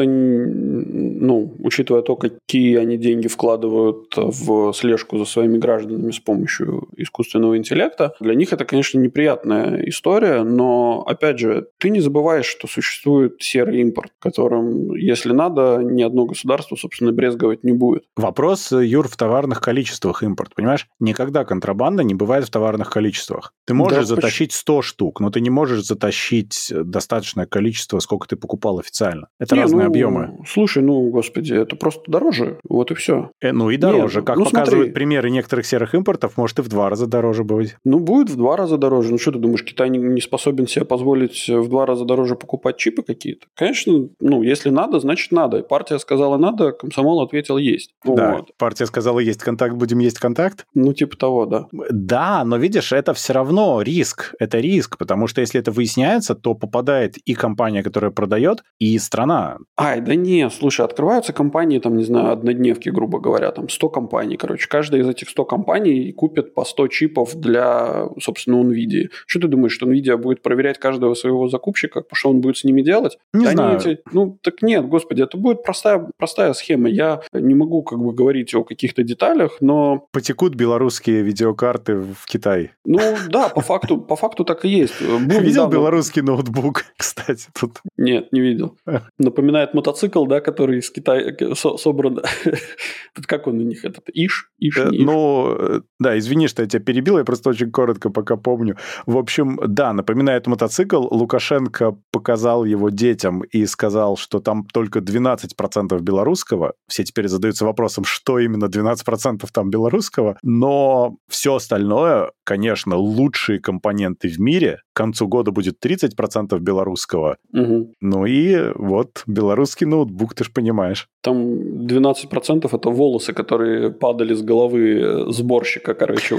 ну, учитывая то, какие они деньги вкладывают в слежку за своими гражданами с помощью искусственного интеллекта, для них это, конечно, неприятная история, но, опять же, ты не забываешь, что существует серый импорт, которым, если надо, ни одно государство, собственно, брезговать не будет. Вопрос, Юр, в товарных количествах импорт, понимаешь? Никогда контрабанда не бывает в товарных количествах. Ты можешь да, затащить сто штук, но ты не можешь затащить достаточное количество, сколько ты покупал официально. Это не, разные ну, объемы. Слушай, ну, господи, это просто дороже, вот и все. Э, ну и дороже. Не, как ну, показывают смотри. примеры некоторых серых импортов, может и в два раза дороже быть. Ну, будет в два раза дороже. Ну, что ты думаешь, Китай не, не способен себе позволить в два раза дороже покупать чипы какие-то? Конечно, ну, если надо, значит надо. Партия сказала надо, комсомол ответил есть. Да, вот. Партия сказала есть контакт, будем есть контакт? Ну, типа того, да. Да, но видишь, это все равно риск. Это риск, потому что если это выясняется, то попадает и компания, которая продает, и страна. Ай, да не, слушай, открываются компании, там, не знаю, однодневки, грубо говоря, там сто компаний, короче. Каждая из этих сто компаний купит по сто чипов для, собственно, NVIDIA. Что ты думаешь, что NVIDIA будет проверять каждого своего закупщика, что он будет с ними делать? Не да знаю. Эти... Ну, так нет, господи, это будет простая, простая схема. Я не могу, как бы, говорить о каких-то деталях, но... Потекут белорусские видеокарты в Китай. Ну, да, по факту, по факту так и есть. Был видел недавно... белорусский ноутбук, кстати, тут? Нет, не видел. Напоминает мотоцикл, да, который из Китая собран. Как он у них, этот? Иш? Иш, не Иш? Ну, да, извини, что я тебя перебил, я просто очень коротко пока помню. В общем, да, напоминает мотоцикл. Лукашенко показал его детям и сказал, что там только двенадцать процентов белорусского. Все теперь задаются вопросом, что именно двенадцать процентов там белорусского. Но все остальное, конечно, лучшие компоненты в мире. К концу года будет тридцать процентов белорусского. Угу. Ну и вот белорусский ноутбук, ты ж понимаешь. Там двенадцать процентов это волосы, которые падали с головы сборщика, короче.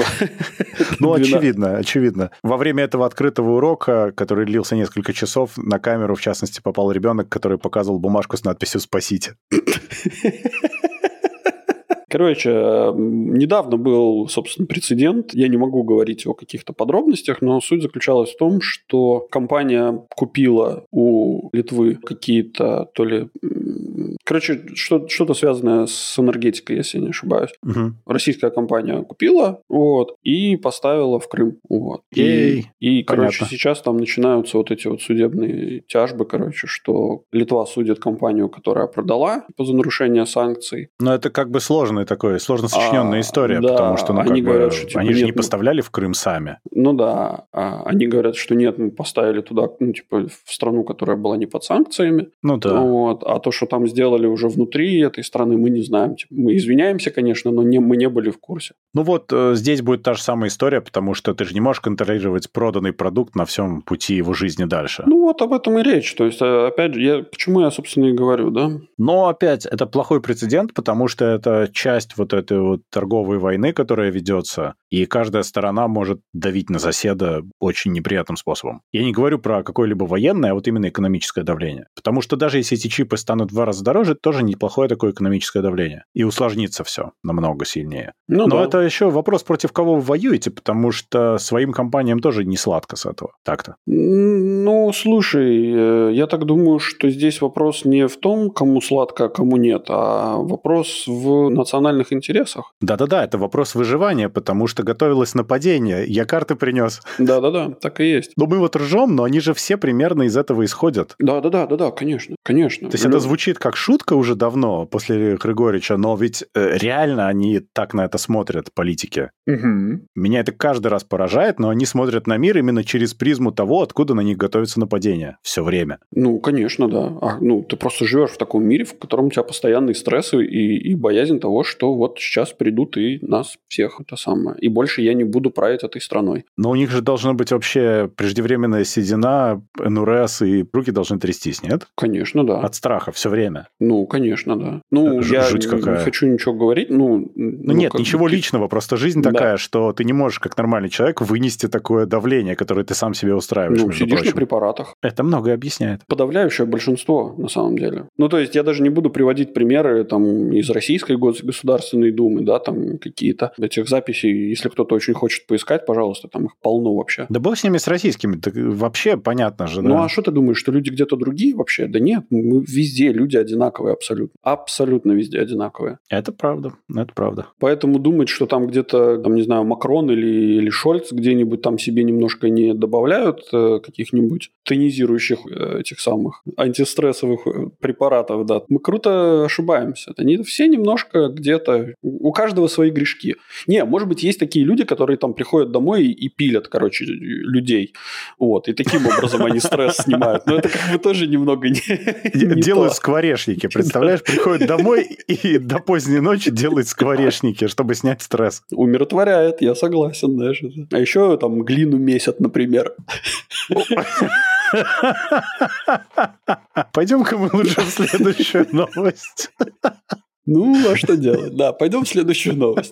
Ну, очевидно, очевидно. Во время этого открытого урока, который длился несколько часов, на камеру, в частности, попал ребенок, который показывал бумажку с надписью «Спасите». Короче, недавно был, собственно, прецедент. Я не могу говорить о каких-то подробностях, но суть заключалась в том, что компания купила у Литвы какие-то то ли... Короче, что- что-то связанное с энергетикой, если я не ошибаюсь. Угу. Российская компания купила, вот, и поставила в Крым. Вот. И, и, короче, понятно. сейчас там начинаются вот эти вот судебные тяжбы, короче, что Литва судит компанию, которая продала за нарушение санкций. Но это как бы сложная такой, сложно сочиненная А, история, да, потому что, ну, они как бы, говорят, что, типа, они же нет, не мы- поставляли в Крым сами. Ну да, а они говорят, что нет, мы поставили туда, ну, типа, в страну, которая была не под санкциями. Ну да. Вот. А то, что там сделали уже внутри этой страны, мы не знаем. Типа, мы извиняемся, конечно, но не, мы не были в курсе. Ну вот э, здесь будет та же самая история, потому что ты же не можешь контролировать проданный продукт на всем пути его жизни дальше. Ну вот об этом и речь. То есть, э, опять же, я, почему я, собственно, и говорю, да? Но опять, это плохой прецедент, потому что это часть вот этой вот торговой войны, которая ведется, и каждая сторона может давить на соседа очень неприятным способом. Я не говорю про какое-либо военное, а вот именно экономическое давление. Потому что даже если эти чипы станут в два раза дороже, это тоже неплохое такое экономическое давление. И усложнится все намного сильнее. Ну Но да. это еще вопрос, против кого вы воюете, потому что своим компаниям тоже не сладко с этого. Так-то. М, Ну, слушай, э, я так думаю, что здесь вопрос не в том, кому сладко, а кому нет, а вопрос в национальных интересах. Да-да-да, это вопрос выживания, потому что готовилось нападение. Я карты принес. Да-да-да, так и есть. Ну, мы вот ржем, но они же все примерно из этого исходят. Да-да-да, да-да, конечно, конечно. То есть это звучит как шутка уже давно, после Григорича, но ведь э, реально они так на это смотрят, политики. Мгм. Меня это каждый раз поражает, но они смотрят на мир именно через призму того, откуда на них готовится нападение. Все время. Ну, конечно, да. А, ну, ты просто живешь в таком мире, в котором у тебя постоянные стрессы и, и боязнь того, что вот сейчас придут и нас всех это самое. И больше я не буду править этой страной. Но у них же должна быть вообще преждевременная седина, эн эр эс, и руки должны трястись, нет? Конечно, да. От страха все время. Ну, конечно, да. Ну, Ж- я жуть не какая. хочу ничего говорить. Ну, Ну, нет, как ничего бы- личного, просто жизнь Да. такая, что ты не можешь, как нормальный человек, вынести такое давление, которое ты сам себе устраиваешь, Ну, между сидишь прочим. на препаратах. Это многое объясняет. Подавляющее большинство, на самом деле. Ну, то есть, я даже не буду приводить примеры там из Российской гос- Государственной Думы, да, там какие-то этих записей. Если кто-то очень хочет поискать, пожалуйста, там их полно вообще. Да бог с ними, с российскими, так вообще понятно же, Ну, да. а что ты думаешь, что люди где-то другие вообще? Да нет, мы везде люди одинаковые абсолютно. Абсолютно везде одинаковые. Это правда, это правда. Поэтому думать, что там где-то, там, не знаю, Макрон или, или Шольц где-нибудь там себе немножко не добавляют э, каких-нибудь тонизирующих э, этих самых антистрессовых э, препаратов, да, мы круто ошибаемся. Они все немножко где-то, у каждого свои грешки. Не, может быть, есть такие люди, которые там приходят домой и, и пилят, короче, людей. Вот, и таким образом они стресс снимают. Но это как бы тоже немного не, не Делают то. скворечники, представляешь? Приходят домой и до поздней ночи делают скворечники, чтобы снять стресс. Умиротворяет, я согласен, знаешь. это. А еще там глину месят, например. Пойдем-ка мы лучше в следующую новость. Ну, а что делать? Да, пойдем в следующую новость.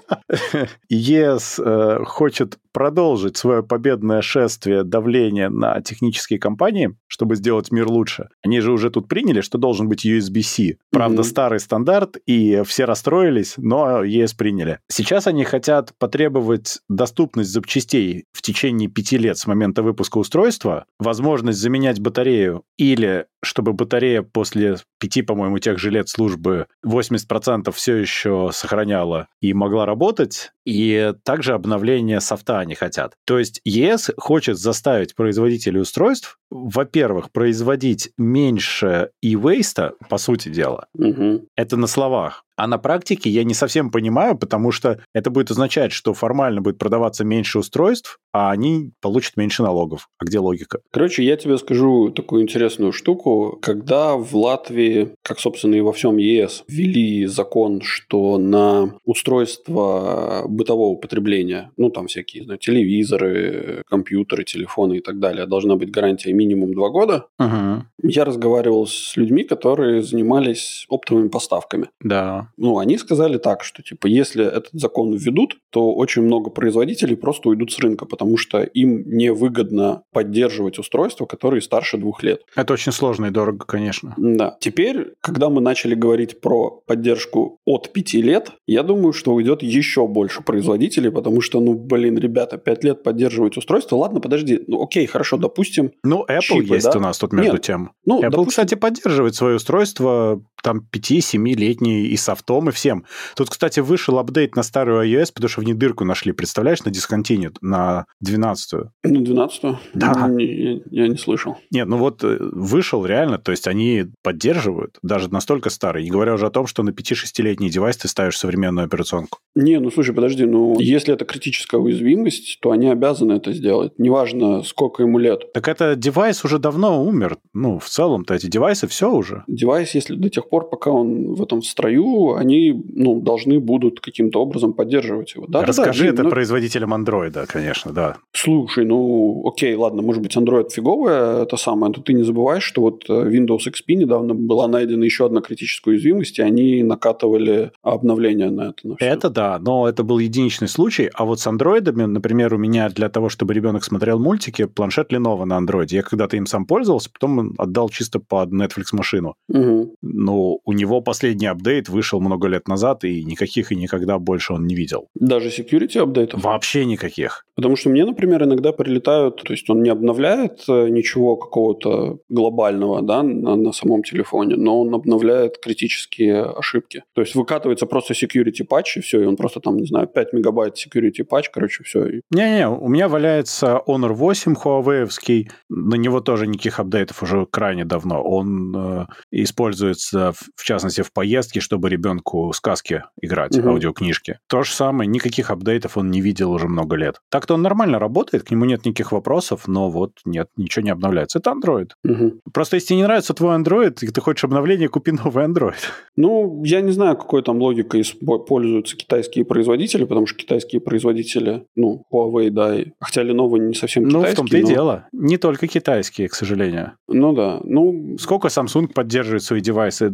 ЕС э, хочет продолжить свое победное шествие давления на технические компании, чтобы сделать мир лучше. Они же уже тут приняли, что должен быть ю эс би-C. Правда, Мгм. старый стандарт, и все расстроились, но ЕС приняли. Сейчас они хотят потребовать доступность запчастей в течение пяти лет с момента выпуска устройства, возможность заменять батарею или чтобы батарея после пяти, по-моему, тех же лет службы восемьдесят процентов все еще сохраняла и могла работать, и также обновление софта они хотят. То есть ЕС хочет заставить производителей устройств, во-первых, производить меньше e-waste, по сути дела. Мгм. Это на словах. А на практике я не совсем понимаю, потому что это будет означать, что формально будет продаваться меньше устройств, а они получат меньше налогов. А где логика? Короче, я тебе скажу такую интересную штуку. Когда в Латвии, как, собственно, и во всем ЕС, ввели закон, что на устройства бытового потребления, ну, там всякие, знаю, телевизоры, компьютеры, телефоны и так далее, должна быть гарантия минимум два года, Угу. я разговаривал с людьми, которые занимались оптовыми поставками. Да. Ну, они сказали так, что, типа, если этот закон введут, то очень много производителей просто уйдут с рынка, потому что им невыгодно поддерживать устройства, которые старше двух лет. Это очень сложно и дорого, конечно. Да. Теперь, когда мы начали говорить про поддержку от пяти лет, я думаю, что уйдет еще больше производителей, потому что, ну, блин, ребята, пять лет поддерживать устройство, ладно, подожди, ну, окей, хорошо, допустим. Ну, Apple чипы, есть да? у нас тут между Нет. тем. Ну, Apple, допустим- кстати, поддерживает свои устройства там пяти-семилетние и софтом, и всем. Тут, кстати, вышел апдейт на старую iOS, потому что в ней дырку нашли, представляешь, на Discontinued, на двенадцатую. Ну, двенадцатую? Да. Не, я, я не слышал. Нет, ну вот э, вышел реально, то есть они поддерживают, даже настолько старые, не говоря уже о том, что на пяти-шестилетний девайс ты ставишь современную операционку. Не, ну слушай, подожди, ну если это критическая уязвимость, то они обязаны это сделать. Неважно, сколько ему лет. Так это девайс уже давно умер. Ну, в целом-то эти девайсы все уже. Девайс, если до тех пор, пока он в этом строю, они ну, должны будут каким-то образом поддерживать его. Да, Расскажи да, да, это ну, производителям андроида, конечно, да. Слушай, ну окей, ладно, может быть, Android фиговая, это самое, но ты не забываешь, что вот Windows икс пи недавно была найдена еще одна критическая уязвимость, и они накатывали обновления на это. На всё. Это да, но это был единичный случай. А вот с андроидами, например, у меня для того, чтобы ребенок смотрел мультики, планшет Lenovo на андроиде. Я когда-то им сам пользовался, потом отдал чисто под Netflix-машину. Угу. Но у него последний апдейт вышел много лет назад, и никаких и никогда больше он не видел. Даже security апдейтов? Вообще никаких. Потому что мне, например, иногда прилетают, то есть он не обновляет э, ничего какого-то глобального, да, на, на самом телефоне, но он обновляет критические ошибки. То есть выкатывается просто security патч, и все, и он просто там, не знаю, пять мегабайт security патч, короче, все. И... Не-не, у меня валяется Honor восемь Huawei-овский, на него тоже никаких апдейтов уже крайне давно. Он э, используется, в, в частности, в поездке, чтобы ребенку сказки играть, Мгм. аудиокнижки. То же самое, никаких апдейтов он не видел уже много лет. Так-то он нормально работает, к нему нет никаких вопросов, но вот нет, ничего не обновляется. Это Android. Мгм. Просто если тебе не нравится твой Android, и ты хочешь обновление, купи новый Android. Ну, я не знаю, какой там логикой испо- пользуются китайские производители, потому что китайские производители, ну, Huawei, да, и... хотя Lenovo не совсем Ну, китайский. в том-то и но- дело. Не только китайские, к сожалению. Ну да, ну, Сколько Samsung поддерживает свои девайсы?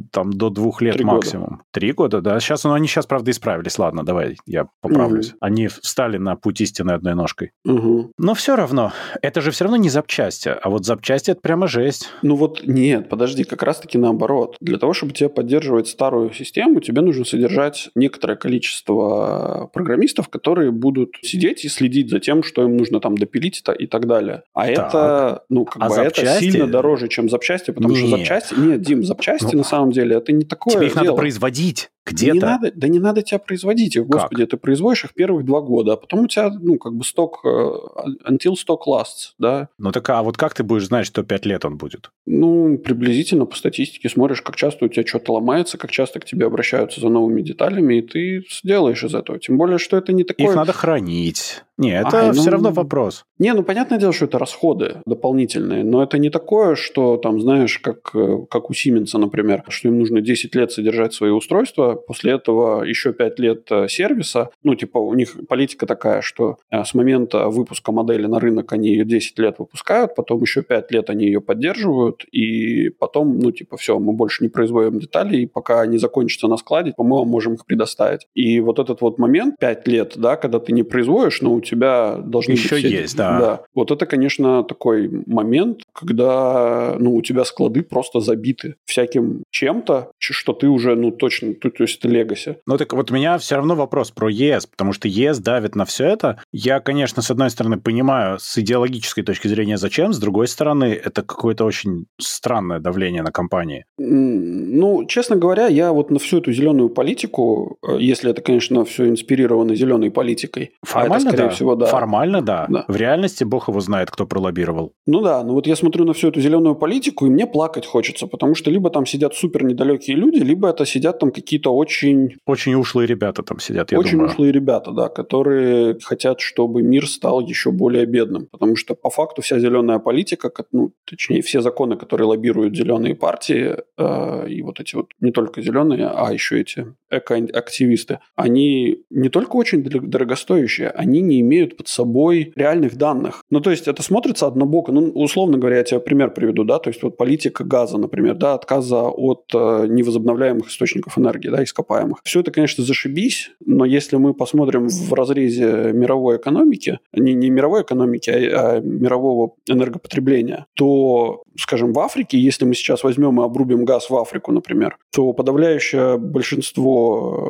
там до двух лет Три максимум. года. Три года, да. Сейчас, ну, они сейчас, правда, исправились. Ладно, давай, я поправлюсь. Угу. Они встали на путь истины одной ножкой. Угу. Но все равно, это же все равно не запчасти, а вот запчасти – это прямо жесть. Ну вот нет, подожди, как раз-таки наоборот. Для того, чтобы тебе поддерживать старую систему, тебе нужно содержать некоторое количество программистов, которые будут сидеть и следить за тем, что им нужно там допилить и так далее. А так. это, ну, как а бы запчасти? это сильно дороже, чем запчасти, потому нет. что запчасти... Нет, Дим, запчасти ну, на самом деле это не такое тебе их дело. надо производить. Где-то. Не надо, да не надо тебя производить их, господи, как? Ты производишь их первых два года, а потом у тебя, ну, как бы сток, until stock lasts, да. Ну так, а вот как ты будешь знать, что пять лет он будет? Ну, приблизительно по статистике смотришь, как часто у тебя что-то ломается, как часто к тебе обращаются за новыми деталями, и ты сделаешь из этого. Тем более, что это не такое... Их надо хранить. Не, это а, все ну... равно вопрос. Не, ну, понятное дело, что это расходы дополнительные, но это не такое, что там, знаешь, как, как у Siemens, например, что им нужно десять лет содержать свои устройства, после этого еще пять лет сервиса. Ну, типа, у них политика такая, что с момента выпуска модели на рынок они ее десять лет выпускают, потом еще пять лет они ее поддерживают, и потом, ну, типа, все, мы больше не производим детали, и пока они закончатся на складе, мы вам можем их предоставить. И вот этот вот момент, пять лет, да, когда ты не производишь, но у тебя должны еще быть... Еще есть, да. Да. Вот это, конечно, такой момент, когда, ну, у тебя склады просто забиты всяким чем-то, что ты уже, ну, точно, то, то есть это легаси. Ну, так вот у меня все равно вопрос про ЕС, потому что ЕС давит на все это. Я, конечно, с одной стороны, понимаю с идеологической точки зрения зачем, с другой стороны, это какое-то очень странное давление на компании. Ну, честно говоря, я вот на всю эту зеленую политику, если это, конечно, все инспирировано зеленой политикой, формально, а это, скорее да. всего, да. Формально, да. да. В реальности бог его знает, кто пролоббировал. Ну да, ну вот я смотрю на всю эту зеленую политику, и мне плакать хочется, потому что либо там сидят супер недалекие люди, либо это сидят там какие-то очень... Очень ушлые ребята там сидят, я очень думаю. Очень ушлые ребята, да, которые хотят, чтобы мир стал еще более бедным, потому что по факту вся зеленая политика, ну, точнее, все законы, которые лоббируют зеленые партии, э, и вот эти вот не только зеленые, а еще эти экоактивисты, они не только очень дорогостоящие, они не имеют под собой реальных данных. Ну, то есть это смотрится однобоко. Ну, условно говоря, я тебе пример приведу, да, то есть вот политика газа, например, да, отказа от э, невозобновляемых источников энергии, да, ископаемых. Все это, конечно, зашибись, но если мы посмотрим в разрезе мировой экономики, не, не мировой экономики, а, а мирового энергопотребления, то, скажем, в Африке, если мы сейчас возьмем и обрубим газ в Африку, например, то подавляющее большинство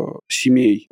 семей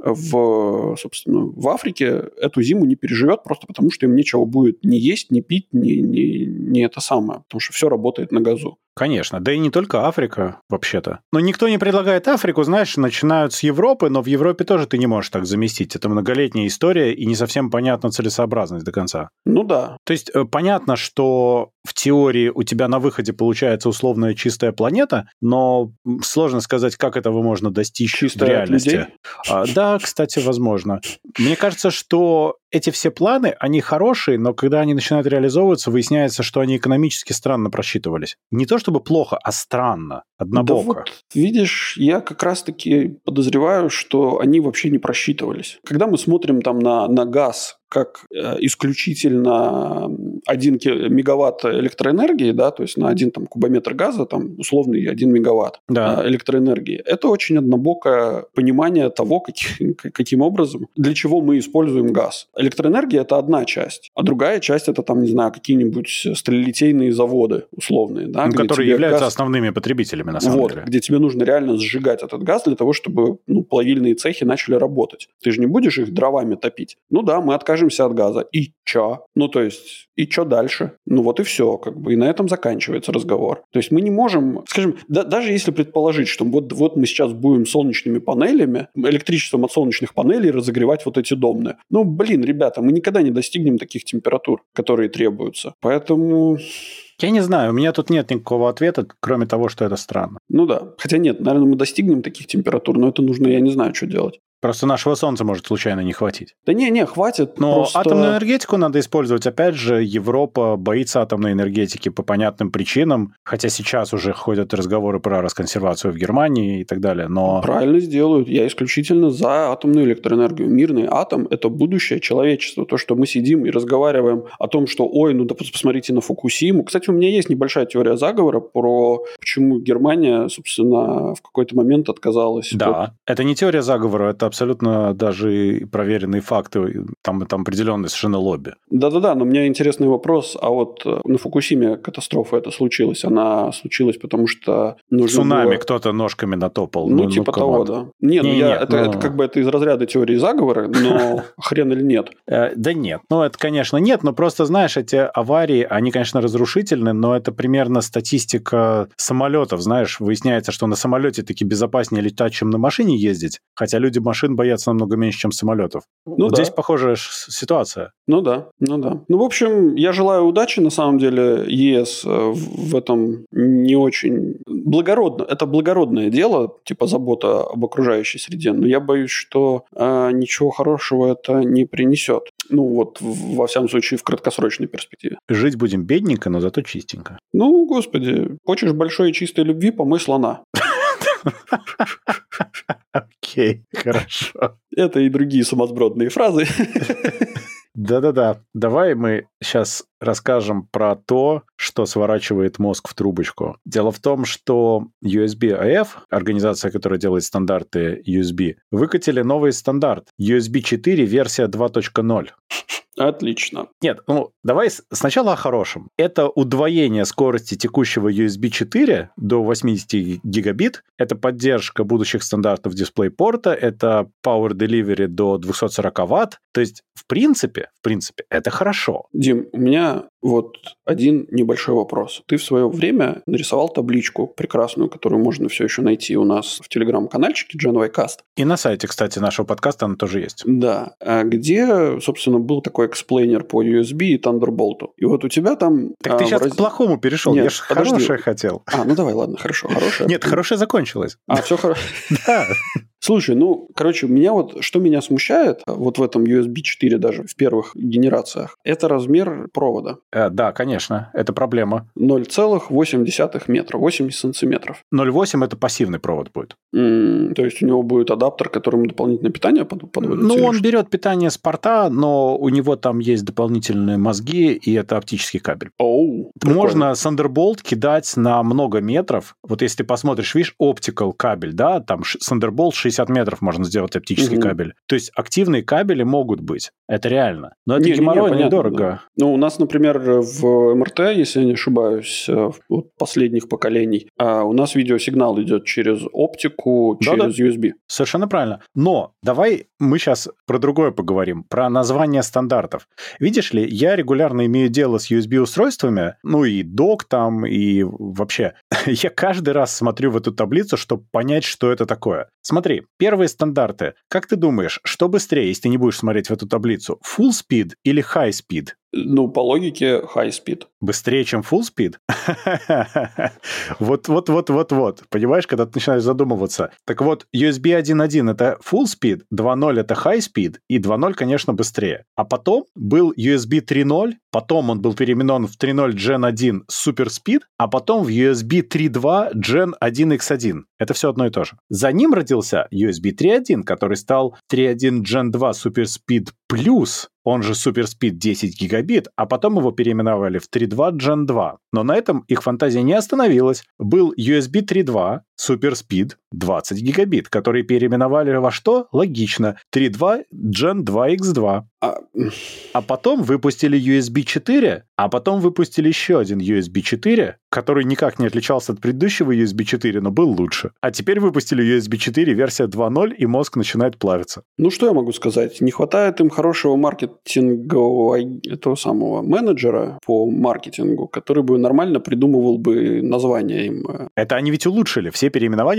в, собственно, в Африке эту зиму не переживет просто потому, что им нечего будет ни есть, ни пить, ни, ни, ни это самое, потому что все работает на газу. Конечно, да и не только Африка, вообще-то. Но никто не предлагает Африку, знаешь, начинают с Европы, но в Европе тоже ты не можешь так заместить. Это многолетняя история, и не совсем понятна целесообразность до конца. Ну да. То есть понятно, что в теории у тебя на выходе получается условная чистая планета, но сложно сказать, как этого можно достичь чистая в реальности. А, да, кстати, возможно. Мне кажется, что эти все планы, они хорошие, но когда они начинают реализовываться, выясняется, что они экономически странно просчитывались. Не то чтобы плохо, а странно, однобоко. Да вот, видишь, я как раз-таки подозреваю, что они вообще не просчитывались. Когда мы смотрим там на, на газ, как э, исключительно один мегаватт электроэнергии, да, то есть на один там, кубометр газа, там условный один мегаватт да. э, электроэнергии. Это очень однобокое понимание того, каким, каким образом, для чего мы используем газ. Электроэнергия – это одна часть, а другая часть – это, там, не знаю, какие-нибудь сталелитейные заводы условные. Да, ну, которые являются газ... основными потребителями, на самом вот, деле. Где тебе нужно реально сжигать этот газ для того, чтобы ну, плавильные цехи начали работать. Ты же не будешь их дровами топить. Ну да, мы откажемся от газа. И чё? Ну, то есть, и чё дальше? Ну, вот и все, как бы, и на этом заканчивается разговор. То есть, мы не можем, скажем, да, даже если предположить, что вот, вот мы сейчас будем солнечными панелями, электричеством от солнечных панелей разогревать вот эти домны. Ну, блин, ребята, мы никогда не достигнем таких температур, которые требуются. Поэтому... Я не знаю, у меня тут нет никакого ответа, кроме того, что это странно. Ну да. Хотя нет, наверное, мы достигнем таких температур, но это нужно, я не знаю, что делать. Просто нашего солнца может случайно не хватить. Да не, не, хватит. Но просто... атомную энергетику надо использовать. Опять же, Европа боится атомной энергетики по понятным причинам, хотя сейчас уже ходят разговоры про расконсервацию в Германии и так далее, но... Правильно сделают. Я исключительно за атомную электроэнергию. Мирный атом – это будущее человечества. То, что мы сидим и разговариваем о том, что, ой, ну да посмотрите на Фукусиму. Кстати, у меня есть небольшая теория заговора про почему Германия, собственно, в какой-то момент отказалась. Да, от... это не теория заговора, это абсолютно даже проверенные факты, там, там определенное совершенно лобби. Да-да-да, но у меня интересный вопрос. А вот на Фукусиме катастрофа это случилась. Она случилась, потому что нужно Цунами было... кто-то ножками натопал. Ну, ну типа ну, того, да. Не, ну не, я, нет, это, ну... это как бы это из разряда теории заговора, но хрен или нет? Да нет, ну это, конечно, нет, но просто, знаешь, эти аварии, они, конечно, разрушительны, но это примерно статистика самолетов, знаешь, выясняется, что на самолете таки безопаснее летать, чем на машине ездить, хотя люди машин боятся намного меньше, чем самолетов. Ну, вот да. Здесь похожая ситуация. Ну да, ну да. Ну, в общем, я желаю удачи, на самом деле, ЕС в этом не очень благородно. Это благородное дело, типа забота об окружающей среде, но я боюсь, что э, ничего хорошего это не принесет. Ну, вот, во всяком случае, в краткосрочной перспективе. Жить будем бедненько, но зато чистенько. Ну, господи, хочешь большой и чистой любви, помой слона. Окей, хорошо. Это и другие сумасбродные фразы. Да-да-да. Давай мы сейчас расскажем про то, что сворачивает мозг в трубочку. Дело в том, что ю эс би эй эф, организация, которая делает стандарты ю эс би, выкатили новый стандарт ю эс би четыре версия два точка ноль. Отлично. Нет, ну, давай сначала о хорошем. Это удвоение скорости текущего ю эс би четыре до восемьдесят гигабит. Это поддержка будущих стандартов DisplayPort. Это Power Delivery до двести сорок ватт. То есть, в принципе, в принципе, это хорошо. Дим, у меня вот один небольшой вопрос. Ты в свое время нарисовал табличку прекрасную, которую можно все еще найти у нас в телеграм-канальчике GenYcast. И на сайте, кстати, нашего подкаста она тоже есть. Да. Где, собственно, был такой эксплейнер по ю эс би и Thunderbolt. И вот у тебя там... Так а, ты сейчас раз... к плохому перешел. Нет, я же хорошее хотел. А, ну давай, ладно, хорошо. Хорошее. Нет, хорошее закончилось. А, все хорошо. Да. Слушай, ну, короче, меня вот, что меня смущает, вот в этом ю эс би четыре даже, в первых генерациях, это размер провода. Э, да, конечно, это проблема. ноль целых восемь десятых метра, восемьдесят сантиметров. ноль целых восемь это пассивный провод будет. Mm, то есть у него будет адаптер, которому дополнительное питание под, подводится? Ну, он что? берет питание с порта, но у него там есть дополнительные мозги, и это оптический кабель. Oh, можно Thunderbolt кидать на много метров. Вот если ты посмотришь, видишь, optical кабель, да, там Thunderbolt шестьдесят метров можно сделать оптический угу. кабель. То есть активные кабели могут быть. Это реально. Но это геморройно и дорого. Да. Ну, у нас, например, в эм эр тэ, если я не ошибаюсь, от последних поколений, у нас видеосигнал идет через оптику, Да-да. через ю эс би. Совершенно правильно. Но давай мы сейчас про другое поговорим, про название стандартов. Видишь ли, я регулярно имею дело с ю эс би-устройствами, ну и док там, и вообще. Я каждый раз смотрю в эту таблицу, чтобы понять, что это такое. Смотри, первые стандарты. Как ты думаешь, что быстрее, если ты не будешь смотреть в эту таблицу? Full speed или high speed? Ну, по логике, high speed. Быстрее, чем full speed? Вот, вот, вот, вот, вот. Понимаешь, когда ты начинаешь задумываться. Так вот, ю эс би один точка один это full speed, два точка ноль это high speed, и два точка ноль, конечно, быстрее. А потом был ю эс би три точка ноль, потом он был переименован в три точка ноль Gen один Super Speed, а потом в ю эс би три точка два Gen один икс один. Это все одно и то же. За ним родился ю эс би три точка один, который стал три точка один Gen два Super Speed Plus, он же Super Speed десять гигабит, а потом его переименовали в три точка два Gen два. Но на этом их фантазия не остановилась. Был ю эс би три точка два Super Speed двадцать гигабит, который переименовали во что? Логично. три точка два Gen два икс два. А... а потом выпустили ю эс би четыре, а потом выпустили еще один ю эс би четыре, который никак не отличался от предыдущего ю эс би четыре, но был лучше. А теперь выпустили ю эс би четыре версия два точка ноль, и мозг начинает плавиться. Ну, что я могу сказать? Не хватает им хорошего маркетингового этого самого менеджера по маркетингу, который бы нормально придумывал бы название им. Это они ведь улучшили. Все переименования они каждый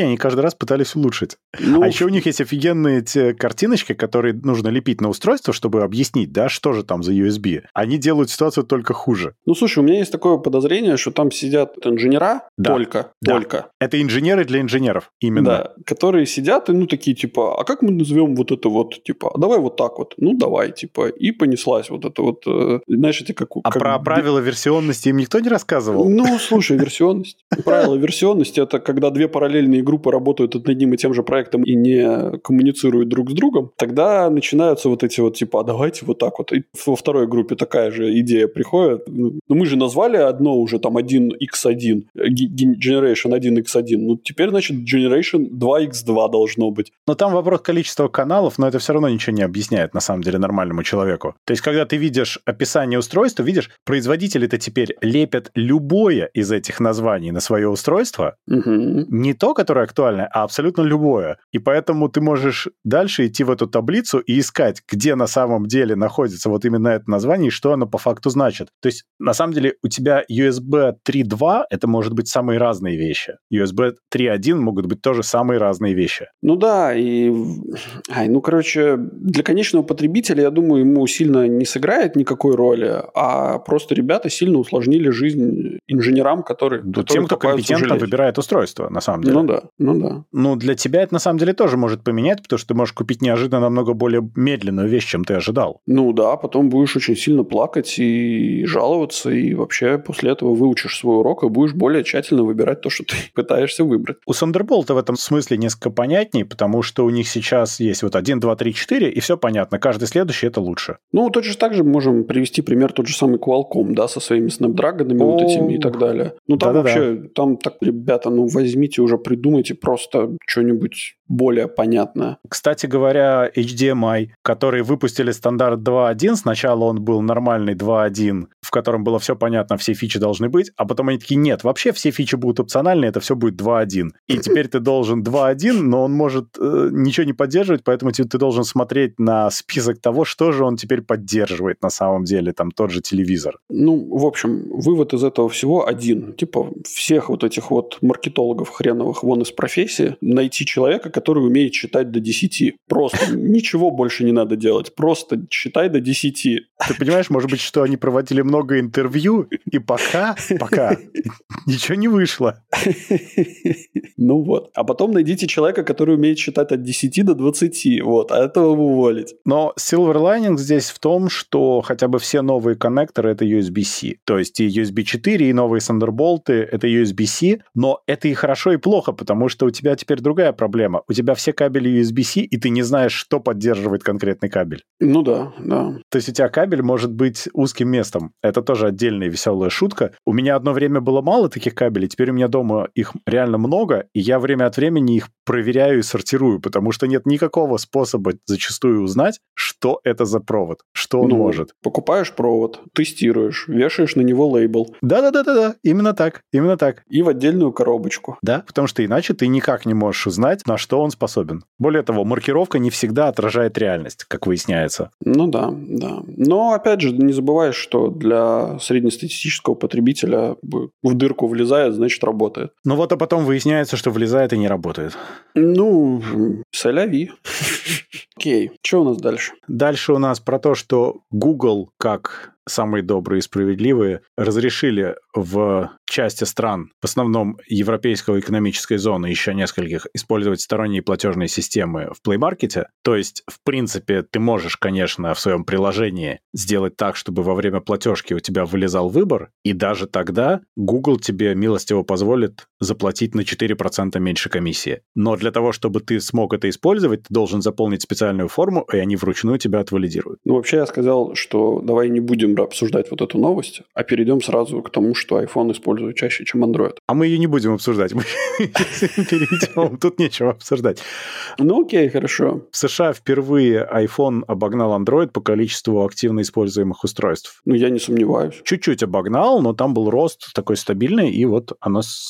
каждый раз пытались улучшить. Ну, а еще у них есть офигенные те картиночки, которые нужно лепить на устройство, чтобы объяснить, да, что же там за ю эс би. Они делают ситуацию только хуже. Ну, слушай, у меня есть такое подозрение, что там сидят инженера Да. только, Да. только. Это инженеры для инженеров, именно. Да, которые сидят и, ну, такие, типа, а как мы назовем вот это вот, типа, а давай вот так вот, ну, давай, типа, и понеслась вот это вот, э, знаешь, эти как... А как... про правила версионности им никто не рассказывал? Ну, слушай, версионность. Правило версионности – это когда две параллельные группы работают над одним и тем же проектом и не коммуницируют друг с другом, тогда начинаются вот эти вот, типа, а давайте вот так вот. И во второй группе такая же идея приходит. Ну, мы же назвали одно уже там один икс один, Generation один икс один. Ну, теперь, значит, Generation два икс два должно быть. Но там вопрос количества каналов, но это все равно ничего не объясняет, на самом деле, нормальному человеку. То есть, когда ты видишь описание устройства, видишь, производители-то теперь лепят любое из этих названий на свое устройство, угу. не то, которое актуальное, а абсолютно любое. И поэтому ты можешь дальше идти в эту таблицу и искать, где на самом деле находится вот именно это название и что оно по факту значит. То есть, на самом деле, у тебя ю эс би три точка два это может быть самые разные вещи. ю эс би три точка один могут быть тоже самые разные вещи. Ну да, и... Ай, ну, короче, для конечного потребителя, я думаю, ему сильно не сыграет никакой роли, а просто ребята сильно усложнили жизнь инженерам, которые... Ну, тем, кто компетентно выбирает устройство, на самом деле. Ну да, ну да. Ну, для тебя это, на самом деле, тоже может поменять, потому что ты можешь купить неожиданно намного более медленную вещь, чем ты ожидал. Ну да, потом будешь очень сильно плакать и жаловаться, и вообще после этого выучишь свой урок и будешь более тщательно выбирать то, что ты пытаешься выбрать. У Thunderbolt в этом смысле несколько понятней, потому что у них сейчас есть вот один, два, три, четыре, и все понятно. Каждый следующий это лучше. Ну, точно так же можем привести пример тот же самый Qualcomm, да, со своими Snapdragon'ами вот этими и так далее. Ну, там Да-да-да. вообще, там так, ребята, ну, возьмите уже, придумайте просто что-нибудь более понятное. Кстати говоря, эйч ди эм ай, который выпустили стандарт два точка один, сначала он был нормальный два точка один, в котором было все понятно, все фичи должны быть, а потом они такие, нет, вообще все фичи будут опциональные, это все будет два точка один. И теперь ты должен два точка один, но он может э, ничего не поддерживать, поэтому ты, ты должен смотреть на список того, что же он теперь поддерживает на самом деле, там тот же телевизор. Ну, в общем, вывод из этого всего один. Типа, всех вот этих вот маркетологов хреновых вон из профессии найти человека, который умеет считать до десяти. Просто ничего больше не надо делать. Просто считай до десяти. Ты понимаешь, может быть, что они проводили много интервью, и пока, пока ничего не вышло. Ну вот. А потом найдите человека, который умеет считать от десяти до двадцати. Вот. А этого уволить. Но silver lining здесь в том, что хотя бы все новые коннекторы — это ю эс би-C. То есть и ю эс би четыре, и новые Thunderbolt — это ю эс би-C. Но это и хорошо, и плохо, потому что у тебя теперь другая проблема. У тебя все кабели ю эс би-C, и ты не знаешь, что поддерживает конкретный кабель. Ну да, да. То есть у тебя кабель может быть узким местом. Это тоже отдельная веселая шутка. У меня одно время было мало таких кабелей, теперь у меня дома их реально много, и я время от времени их проверяю и сортирую, потому что нет никакого способа зачастую узнать, что это за провод, что он ну, может. Покупаешь провод, тестируешь, вешаешь на него лейбл. Да-да-да-да, именно так, именно так. И в отдельную коробочку. Да, потому что иначе ты никак не можешь узнать, на что он способен. Более того, маркировка не всегда отражает реальность, как выясняется. Ну да, да. Но, опять же, не забывай, что для среднестатистического потребителя в дырку влезает, значит, работает. Ну вот, а потом выясняется, что влезает и не работает. Ну, соляви. Окей, что у нас дальше? Дальше у нас про то, что Google, как самые добрые и справедливые, разрешили в части стран, в основном европейской экономической зоны, еще нескольких, использовать сторонние платежные системы в Play Market. То есть, в принципе, ты можешь, конечно, в своем приложении сделать так, чтобы во время платежки у тебя вылезал выбор, и даже тогда Google тебе милостиво позволит заплатить на четыре процента меньше комиссии. Но для того, чтобы ты смог это использовать, ты должен заполнить специальную форму, и они вручную тебя отвалидируют. Ну, вообще я сказал, что давай не будем обсуждать вот эту новость, а перейдем сразу к тому, что iPhone используют чаще, чем Android. А мы ее не будем обсуждать. Мы перейдем. Тут нечего обсуждать. Ну, окей, хорошо. В США впервые iPhone обогнал Android по количеству активно используемых устройств. Ну, я не сомневаюсь. Чуть-чуть обогнал, но там был рост такой стабильный, и вот оно случилось.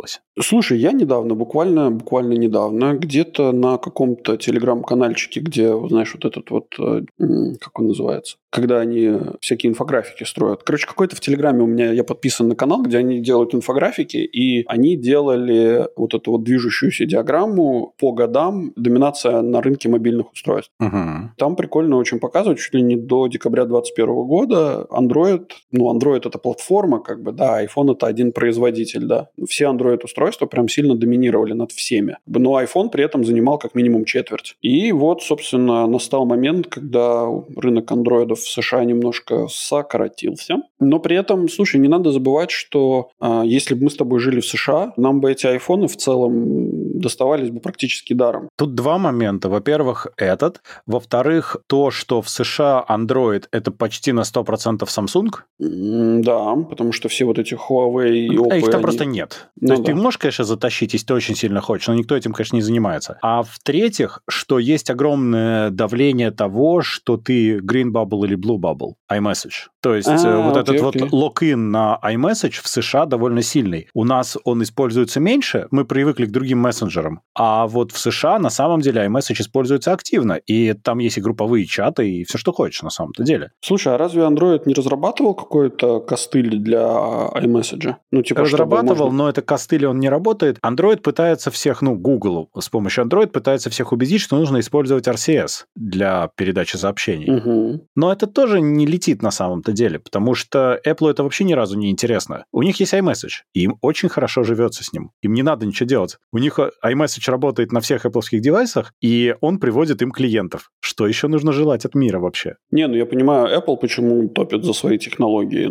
появилось? Слушай, я недавно, буквально, буквально недавно, где-то на каком-то телеграм-канальчике, где, знаешь, вот этот вот, как он называется, когда они всякие инфографики строят. Короче, какой-то в Телеграме у меня, я подписан на канал, где они делают инфографики, и они делали вот эту вот движущуюся диаграмму по годам доминация на рынке мобильных устройств. Угу. Там прикольно очень показывают, чуть ли не до декабря двадцать первого года Android, ну, Android это платформа, как бы, да, iPhone это один производитель, да. Все Android-устройства прям сильно доминировали над всеми. Но iPhone при этом занимал как минимум четверть. И вот, собственно, настал момент, когда рынок андроидов в США немножко сократился. Но при этом, слушай, не надо забывать, что а, если бы мы с тобой жили в США, нам бы эти айфоны в целом доставались бы практически даром. Тут два момента. Во-первых, этот. Во-вторых, то, что в США Android это почти на сто процентов Samsung. Mm, да, потому что все вот эти Huawei и Oppo... А их там они... просто нет. Ну, то есть да. ты можешь, конечно, затащить, если ты очень сильно хочешь, но никто этим, конечно, не занимается. А в-третьих, что есть огромное давление того, что ты Green Bubble или Blue Bubble, iMessage. То есть а, вот окей, этот окей. вот лог-ин на iMessage в США довольно сильный. У нас он используется меньше, мы привыкли к другим мессенджерам. А вот в США на самом деле iMessage используется активно, и там есть и групповые чаты, и все, что хочешь на самом-то деле. Слушай, а разве Android не разрабатывал какой-то костыль для iMessage? Ну, типа, Разрабатывал, можно... но это костыль, он не работает. Android пытается всех, ну, Google с помощью Android пытается всех убедить, что нужно использовать ар си эс для передачи сообщений. Угу. Но это тоже не летит на самом-то деле, потому что Apple это вообще ни разу не интересно. У них есть iMessage, и им очень хорошо живется с ним. Им не надо ничего делать. У них iMessage работает на всех Apple'ских девайсах, и он приводит им клиентов. Что еще нужно желать от мира вообще? Не, ну я понимаю, Apple почему топит за свои технологии,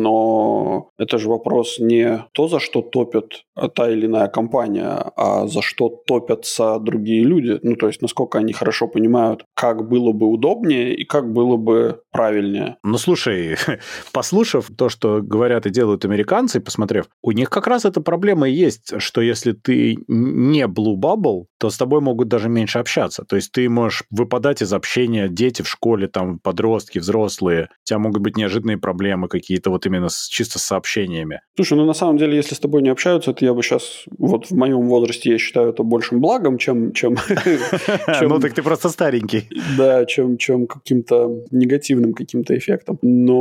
но это же вопрос не то, за что топит та или иная компания, а за что топятся другие люди. Ну, то есть, насколько они хорошо понимают, как было бы удобнее и как было бы правильнее. Ну, слушай, послушав то, что говорят и делают американцы, посмотрев, у них как раз эта проблема и есть, что если ты не Blue Bubble, то с тобой могут даже меньше общаться. То есть ты можешь выпадать из общения, дети в школе, там, подростки, взрослые, у тебя могут быть неожиданные проблемы какие-то вот именно с, чисто с сообщениями. Слушай, ну на самом деле, если с тобой не общаются, это я бы сейчас, вот в моем возрасте, я считаю это большим благом, чем... чем Ну так ты просто старенький. Да, чем каким-то негативным каким-то эффектом.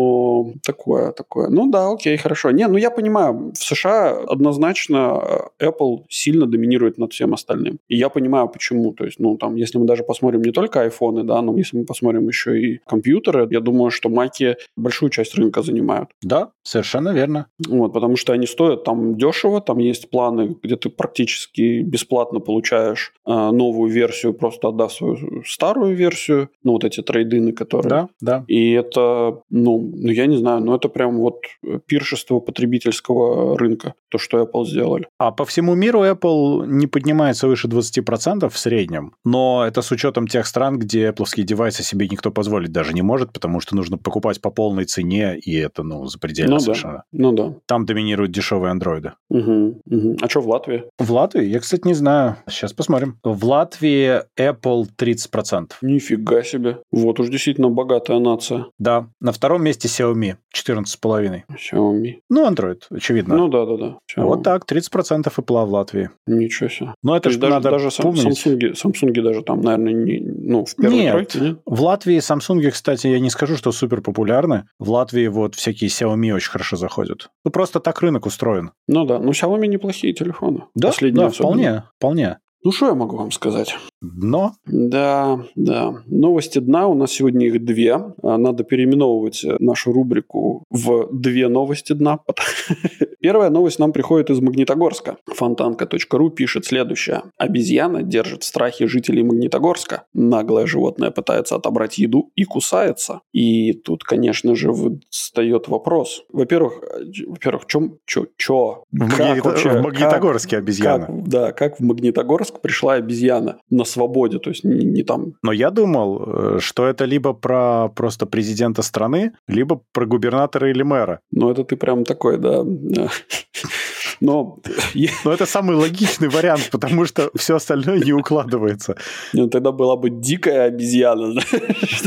Но такое, такое. Ну да, окей, хорошо. Не, ну я понимаю, в США однозначно Apple сильно доминирует над всем остальным. И я понимаю, почему. То есть, ну там, если мы даже посмотрим не только айфоны, да, но если мы посмотрим еще и компьютеры, я думаю, что маки большую часть рынка занимают. Да, совершенно верно. Вот, потому что они стоят там дешево, там есть планы, где ты практически бесплатно получаешь э, новую версию, просто отдав свою старую версию, ну, вот эти трейдины, которые... Да, да. И это, ну, ну, я не знаю, но это прям вот пиршество потребительского рынка, то, что Apple сделали. А по всему миру Apple не поднимается выше двадцать процентов в среднем, но это с учетом тех стран, где Apple'ские девайсы себе никто позволить даже не может, потому что нужно покупать по полной цене, и это, ну, запредельно ну, совершенно. Да. Ну да. Там доминируют дешевые андроиды. Угу, угу. А что в Латвии? В Латвии? Я, кстати, не знаю. Сейчас посмотрим. В Латвии Apple тридцать процентов. Нифига себе. Вот уж действительно богатая нация. Да. На втором месте Xiaomi четырнадцать целых пять десятых. Xiaomi. Ну, Android, очевидно. Ну да, да, да. Xiaomi. Вот так, тридцать процентов Apple в Латвии. Ничего себе. Но это же даже, надо даже помнить. Samsung, Samsung даже там, наверное, не, ну, в первой нет. тройке, нет? В Латвии Samsung, кстати, я не скажу, что супер популярны. В Латвии вот всякие Xiaomi очень хорошо заходят. Ну, просто так рынок устроен. Ну да, ну Xiaomi неплохие телефоны. Да, Последние да, особенно. вполне, вполне. Ну, что я могу вам сказать? Дно? Да, да. Новости дна. У нас сегодня их две. Надо переименовывать нашу рубрику в две новости дна. Первая новость нам приходит из Магнитогорска. Фонтанка точка ру пишет следующее. Обезьяна держит в страхе жителей Магнитогорска. Наглое животное пытается отобрать еду и кусается. И тут, конечно же, встает вопрос. Во-первых, во-первых, в чем, чё, чё? В, Магнит... вообще, в Магнитогорске как, обезьяна. Как, да, как в Магнитогорск пришла обезьяна на свободе, то есть не, не там. Но я думал, что это либо про просто президента страны, либо про губернатора или мэра. Ну, это ты прям такой, да. Но... Но это самый логичный вариант, потому что все остальное не укладывается. Ну, тогда была бы дикая обезьяна, знаешь.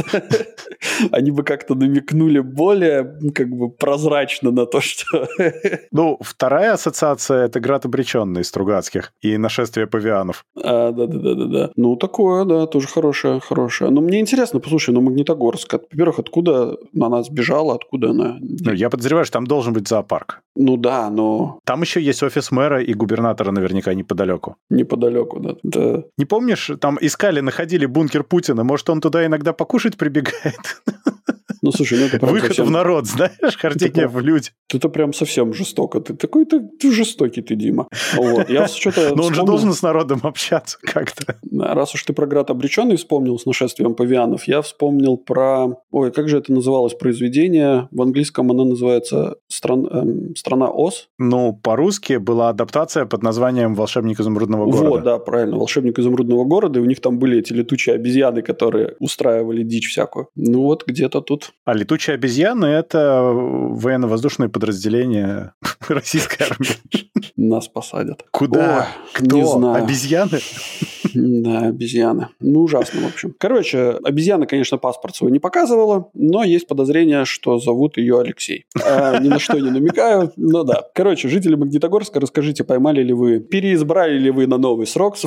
Они бы как-то намекнули более как бы прозрачно на то, что... Ну, вторая ассоциация – это «Град обреченный» из Стругацких и «Нашествие павианов». А, да-да-да-да. Ну, такое, да, тоже хорошее, хорошее. Но мне интересно, послушай, ну, Магнитогорск, во-первых, откуда она сбежала, откуда она... Ну, я подозреваю, что там должен быть зоопарк. Ну да, но... Там еще есть офис мэра и губернатора наверняка неподалеку. Неподалеку, да. да. Не помнишь, там искали, находили бункер Путина, может, он туда иногда покушать прибегает? Ну, слушай, ну это прям Выход совсем... в народ, знаешь, хождение в люди. Это прям совсем жестоко. Ты такой, ты, ты жестокий ты, Дима. Вот. Я что-то Но он же должен с народом общаться как-то. Раз уж ты про «Град обреченный» вспомнил с нашествием павианов, я вспомнил про... Ой, как же это называлось произведение? В английском оно называется «Стран... эм, «Страна Оз». Ну, по-русски была адаптация под названием «Волшебник изумрудного города». Вот, да, правильно. «Волшебник изумрудного города». И у них там были эти летучие обезьяны, которые устраивали дичь всякую. Ну вот, где-то тут. А летучие обезьяны – это военно-воздушные подразделения российской армии. Нас посадят. Куда? О, кто? Не знаю. Обезьяны? Да, обезьяны. Ну, ужасно, в общем. Короче, обезьяна, конечно, паспорт свой не показывала, но есть подозрение, что зовут ее Алексей. А, ни на что не намекаю, но да. Короче, жители Магнитогорска, расскажите, поймали ли вы, переизбрали ли вы на новый срок?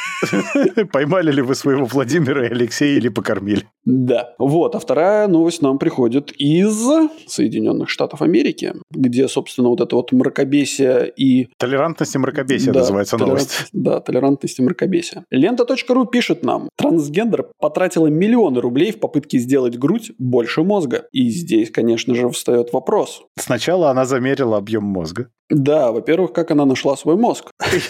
Поймали ли вы своего Владимира и Алексея или покормили? Да. Вот. А вторая новость нам приходит из Соединенных Штатов Америки, где, собственно, вот это вот мракобесие и... Толерантность и мракобесие да, называется толерант... новость. Да, толерантность и мракобесие. Лента точка ру пишет нам. Трансгендер потратила миллионы рублей в попытке сделать грудь больше мозга. И здесь, конечно же, встает вопрос. Сначала она замерила объем мозга. Да, во-первых, как она нашла свой мозг?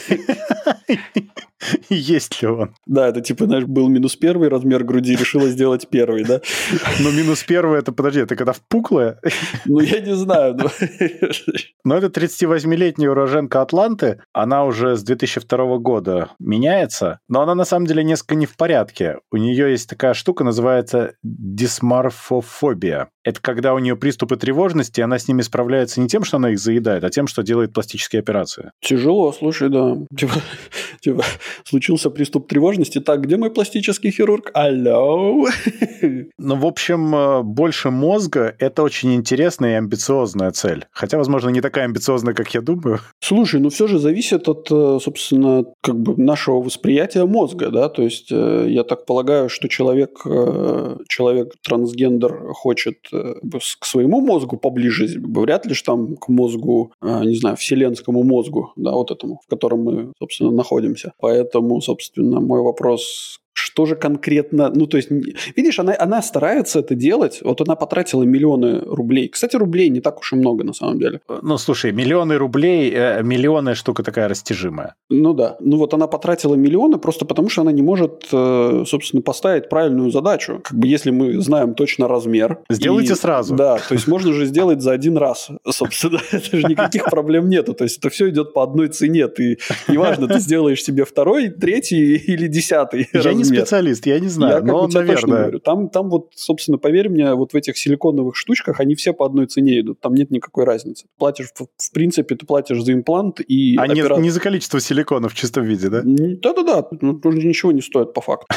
Есть ли он? Да, это типа, знаешь, был минус первый размер груди, решила сделать первый, да? Но минус первый, это, подожди, это когда впуклая? Ну, я не знаю. Но, но это тридцативосьмилетняя уроженка Атланты, она уже с две тысячи второго года меняется, но она на самом деле несколько не в порядке. У нее есть такая штука, называется дисморфофобия. Это когда у нее приступы тревожности, и она с ними справляется не тем, что она их заедает, а тем, что делает пластические операции. Тяжело, слушай, да. Типа, типа случился приступ тревожности. Так, где мой пластический хирург? Алло? Ну, в общем, больше мозга – это очень интересная и амбициозная цель. Хотя, возможно, не такая амбициозная, как я думаю. Слушай, ну все же зависит от, собственно, как бы нашего восприятия мозга, да? То есть, я так полагаю, что человек, человек трансгендер хочет к своему мозгу поближе, вряд ли ж там к мозгу, не знаю, вселенскому мозгу, да, вот этому, в котором мы, собственно, находимся. Поэтому, собственно, мой вопрос... Что же конкретно... Ну, то есть, видишь, она, она старается это делать. Вот она потратила миллионы рублей. Кстати, рублей не так уж и много, на самом деле. Ну, слушай, миллионы рублей, э, миллионная штука такая растяжимая. Ну, да. Ну, вот она потратила миллионы просто потому, что она не может, э, собственно, поставить правильную задачу. Как бы, если мы знаем точно размер... Сделайте и, сразу. Да, то есть, можно же сделать за один раз, собственно. Это же никаких проблем нету. То есть, это все идет по одной цене. Ты, неважно, ты сделаешь себе второй, третий или десятый размер. Я не специалист, я не знаю, я, но, как бы, наверное... говорю. Там, там вот, собственно, поверь мне, вот в этих силиконовых штучках они все по одной цене идут. Там нет никакой разницы. Платишь, в, в принципе, ты платишь за имплант и... А оператор... не, не за количество силикона в чистом виде, да? Да-да-да. Ну, ничего не стоит по факту.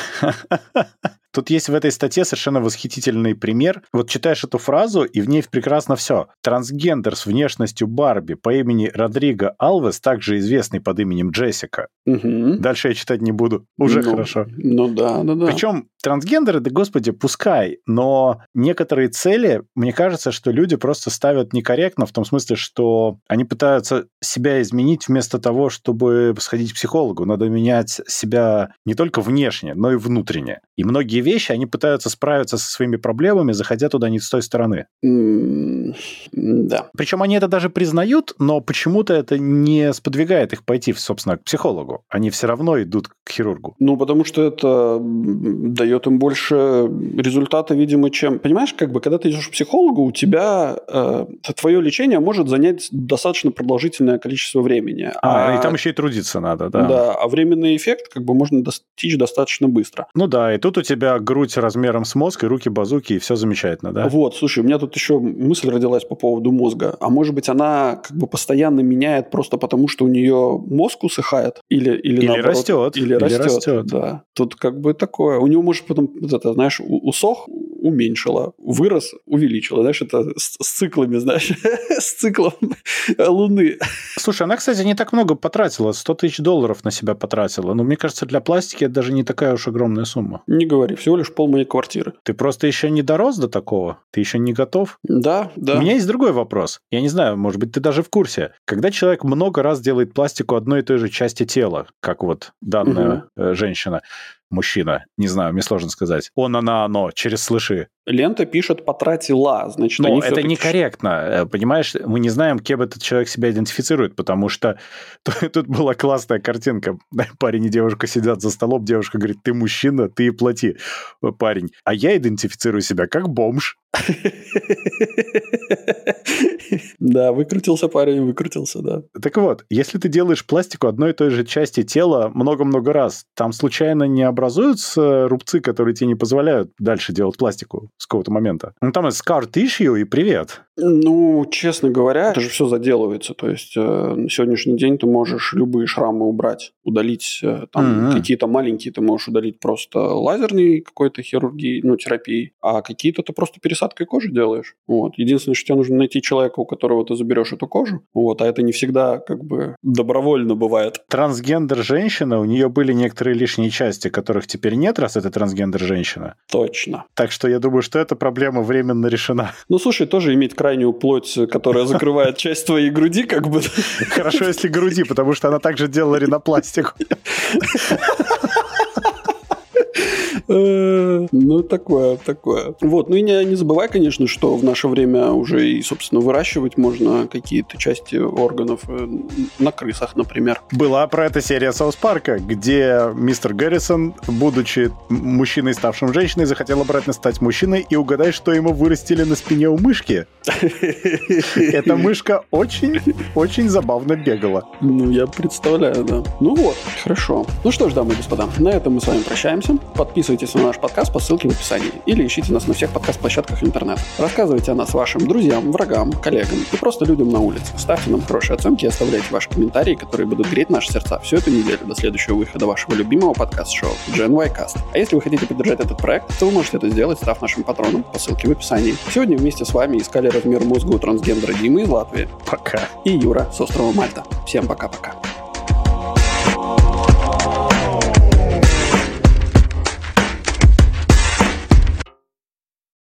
Тут есть в этой статье совершенно восхитительный пример. Вот читаешь эту фразу, и в ней прекрасно все. Трансгендер с внешностью Барби по имени Родриго Алвес, также известный под именем Джессика. Угу. Дальше я читать не буду. Уже ну, хорошо. Ну да, да, да. Причем трансгендеры, да господи, пускай, но некоторые цели, мне кажется, что люди просто ставят некорректно, в том смысле, что они пытаются себя изменить вместо того, чтобы сходить к психологу. Надо менять себя не только внешне, но и внутренне. И многие вещи, они пытаются справиться со своими проблемами, заходя туда не с той стороны. Mm, да. Причем они это даже признают, но почему-то это не сподвигает их пойти, собственно, к психологу. Они все равно идут к хирургу. Ну, потому что это дает дает им больше результата, видимо, чем... Понимаешь, как бы, когда ты идешь к психологу, у тебя э, твое лечение может занять достаточно продолжительное количество времени. А, а и там еще и трудиться надо, да. Да, а временный эффект как бы можно достичь достаточно быстро. Ну да, и тут у тебя грудь размером с мозг, и руки-базуки, и все замечательно, да? Вот, слушай, у меня тут еще мысль родилась по поводу мозга. А может быть, она как бы постоянно меняет просто потому, что у нее мозг усыхает? Или, или, или наоборот, растет. Или, или растет, растет. Да. Тут как бы такое. У него, может, потом, вот это, знаешь, усох, уменьшило, вырос, увеличило. Знаешь, это с, с циклами, знаешь, с циклом Луны. Слушай, она, кстати, не так много потратила. сто тысяч долларов на себя потратила. Но мне кажется, для пластики это даже не такая уж огромная сумма. Не говори, всего лишь пол моей квартиры. Ты просто еще не дорос до такого? Ты еще не готов? Да, да. У меня есть другой вопрос. Я не знаю, может быть, ты даже в курсе. Когда человек много раз делает пластику одной и той же части тела, как вот данная угу. женщина, мужчина, не знаю, мне сложно сказать. Он, она, оно, через слыши. Лента пишет «потратила», значит, Но они это некорректно, понимаешь? Мы не знаем, кем этот человек себя идентифицирует, потому что тут была классная картинка. Парень и девушка сидят за столом, девушка говорит, ты мужчина, ты и плати, парень. А я идентифицирую себя как бомж. Да, выкрутился парень, выкрутился, да. Так вот, если ты делаешь пластику одной и той же части тела много-много раз, там случайно не образуются рубцы, которые тебе не позволяют дальше делать пластику с какого-то момента? Ну, там и scar tissue, и привет. Ну, честно говоря, это же все заделывается. То есть э, на сегодняшний день ты можешь любые шрамы убрать, удалить. Э, там mm-hmm. какие-то маленькие ты можешь удалить просто лазерной какой-то хирургией, ну, терапией, а какие-то ты просто пересадкой кожи делаешь. Вот. Единственное, что тебе нужно найти человека, у которого ты заберешь эту кожу. Вот. А это не всегда как бы добровольно бывает. Трансгендер женщина, у нее были некоторые лишние части, которых теперь нет, раз это трансгендер женщина. Точно. Так что я думаю, что эта проблема временно решена. Ну, слушай, тоже иметь крайнюю плоть, которая закрывает часть твоей груди, как бы. Хорошо, если груди, потому что она также делала ринопластику. Ну, такое, такое. Вот, ну и не, не забывай, конечно, что в наше время уже и, собственно, выращивать можно какие-то части органов на крысах, например. Была про это серия Саус Парка, где мистер Гаррисон, будучи мужчиной, ставшим женщиной, захотел обратно стать мужчиной, и угадай, что ему вырастили на спине у мышки. Эта мышка очень-очень забавно бегала. Ну, я представляю, да. Ну вот, хорошо. Ну что ж, дамы и господа, на этом мы с вами прощаемся. Подписывайтесь на наш подкаст по ссылке в описании или ищите нас на всех подкаст-площадках интернета. Рассказывайте о нас вашим друзьям, врагам, коллегам и просто людям на улице. Ставьте нам хорошие оценки и оставляйте ваши комментарии, которые будут греть наши сердца всю эту неделю до следующего выхода вашего любимого подкаст-шоу джи эн вай Cast. А если вы хотите поддержать этот проект, то вы можете это сделать, став нашим патроном по ссылке в описании. Сегодня вместе с вами искали размер мозга у трансгендера Димы из Латвии. Пока. И Юра с острова Мальта. Всем пока-пока.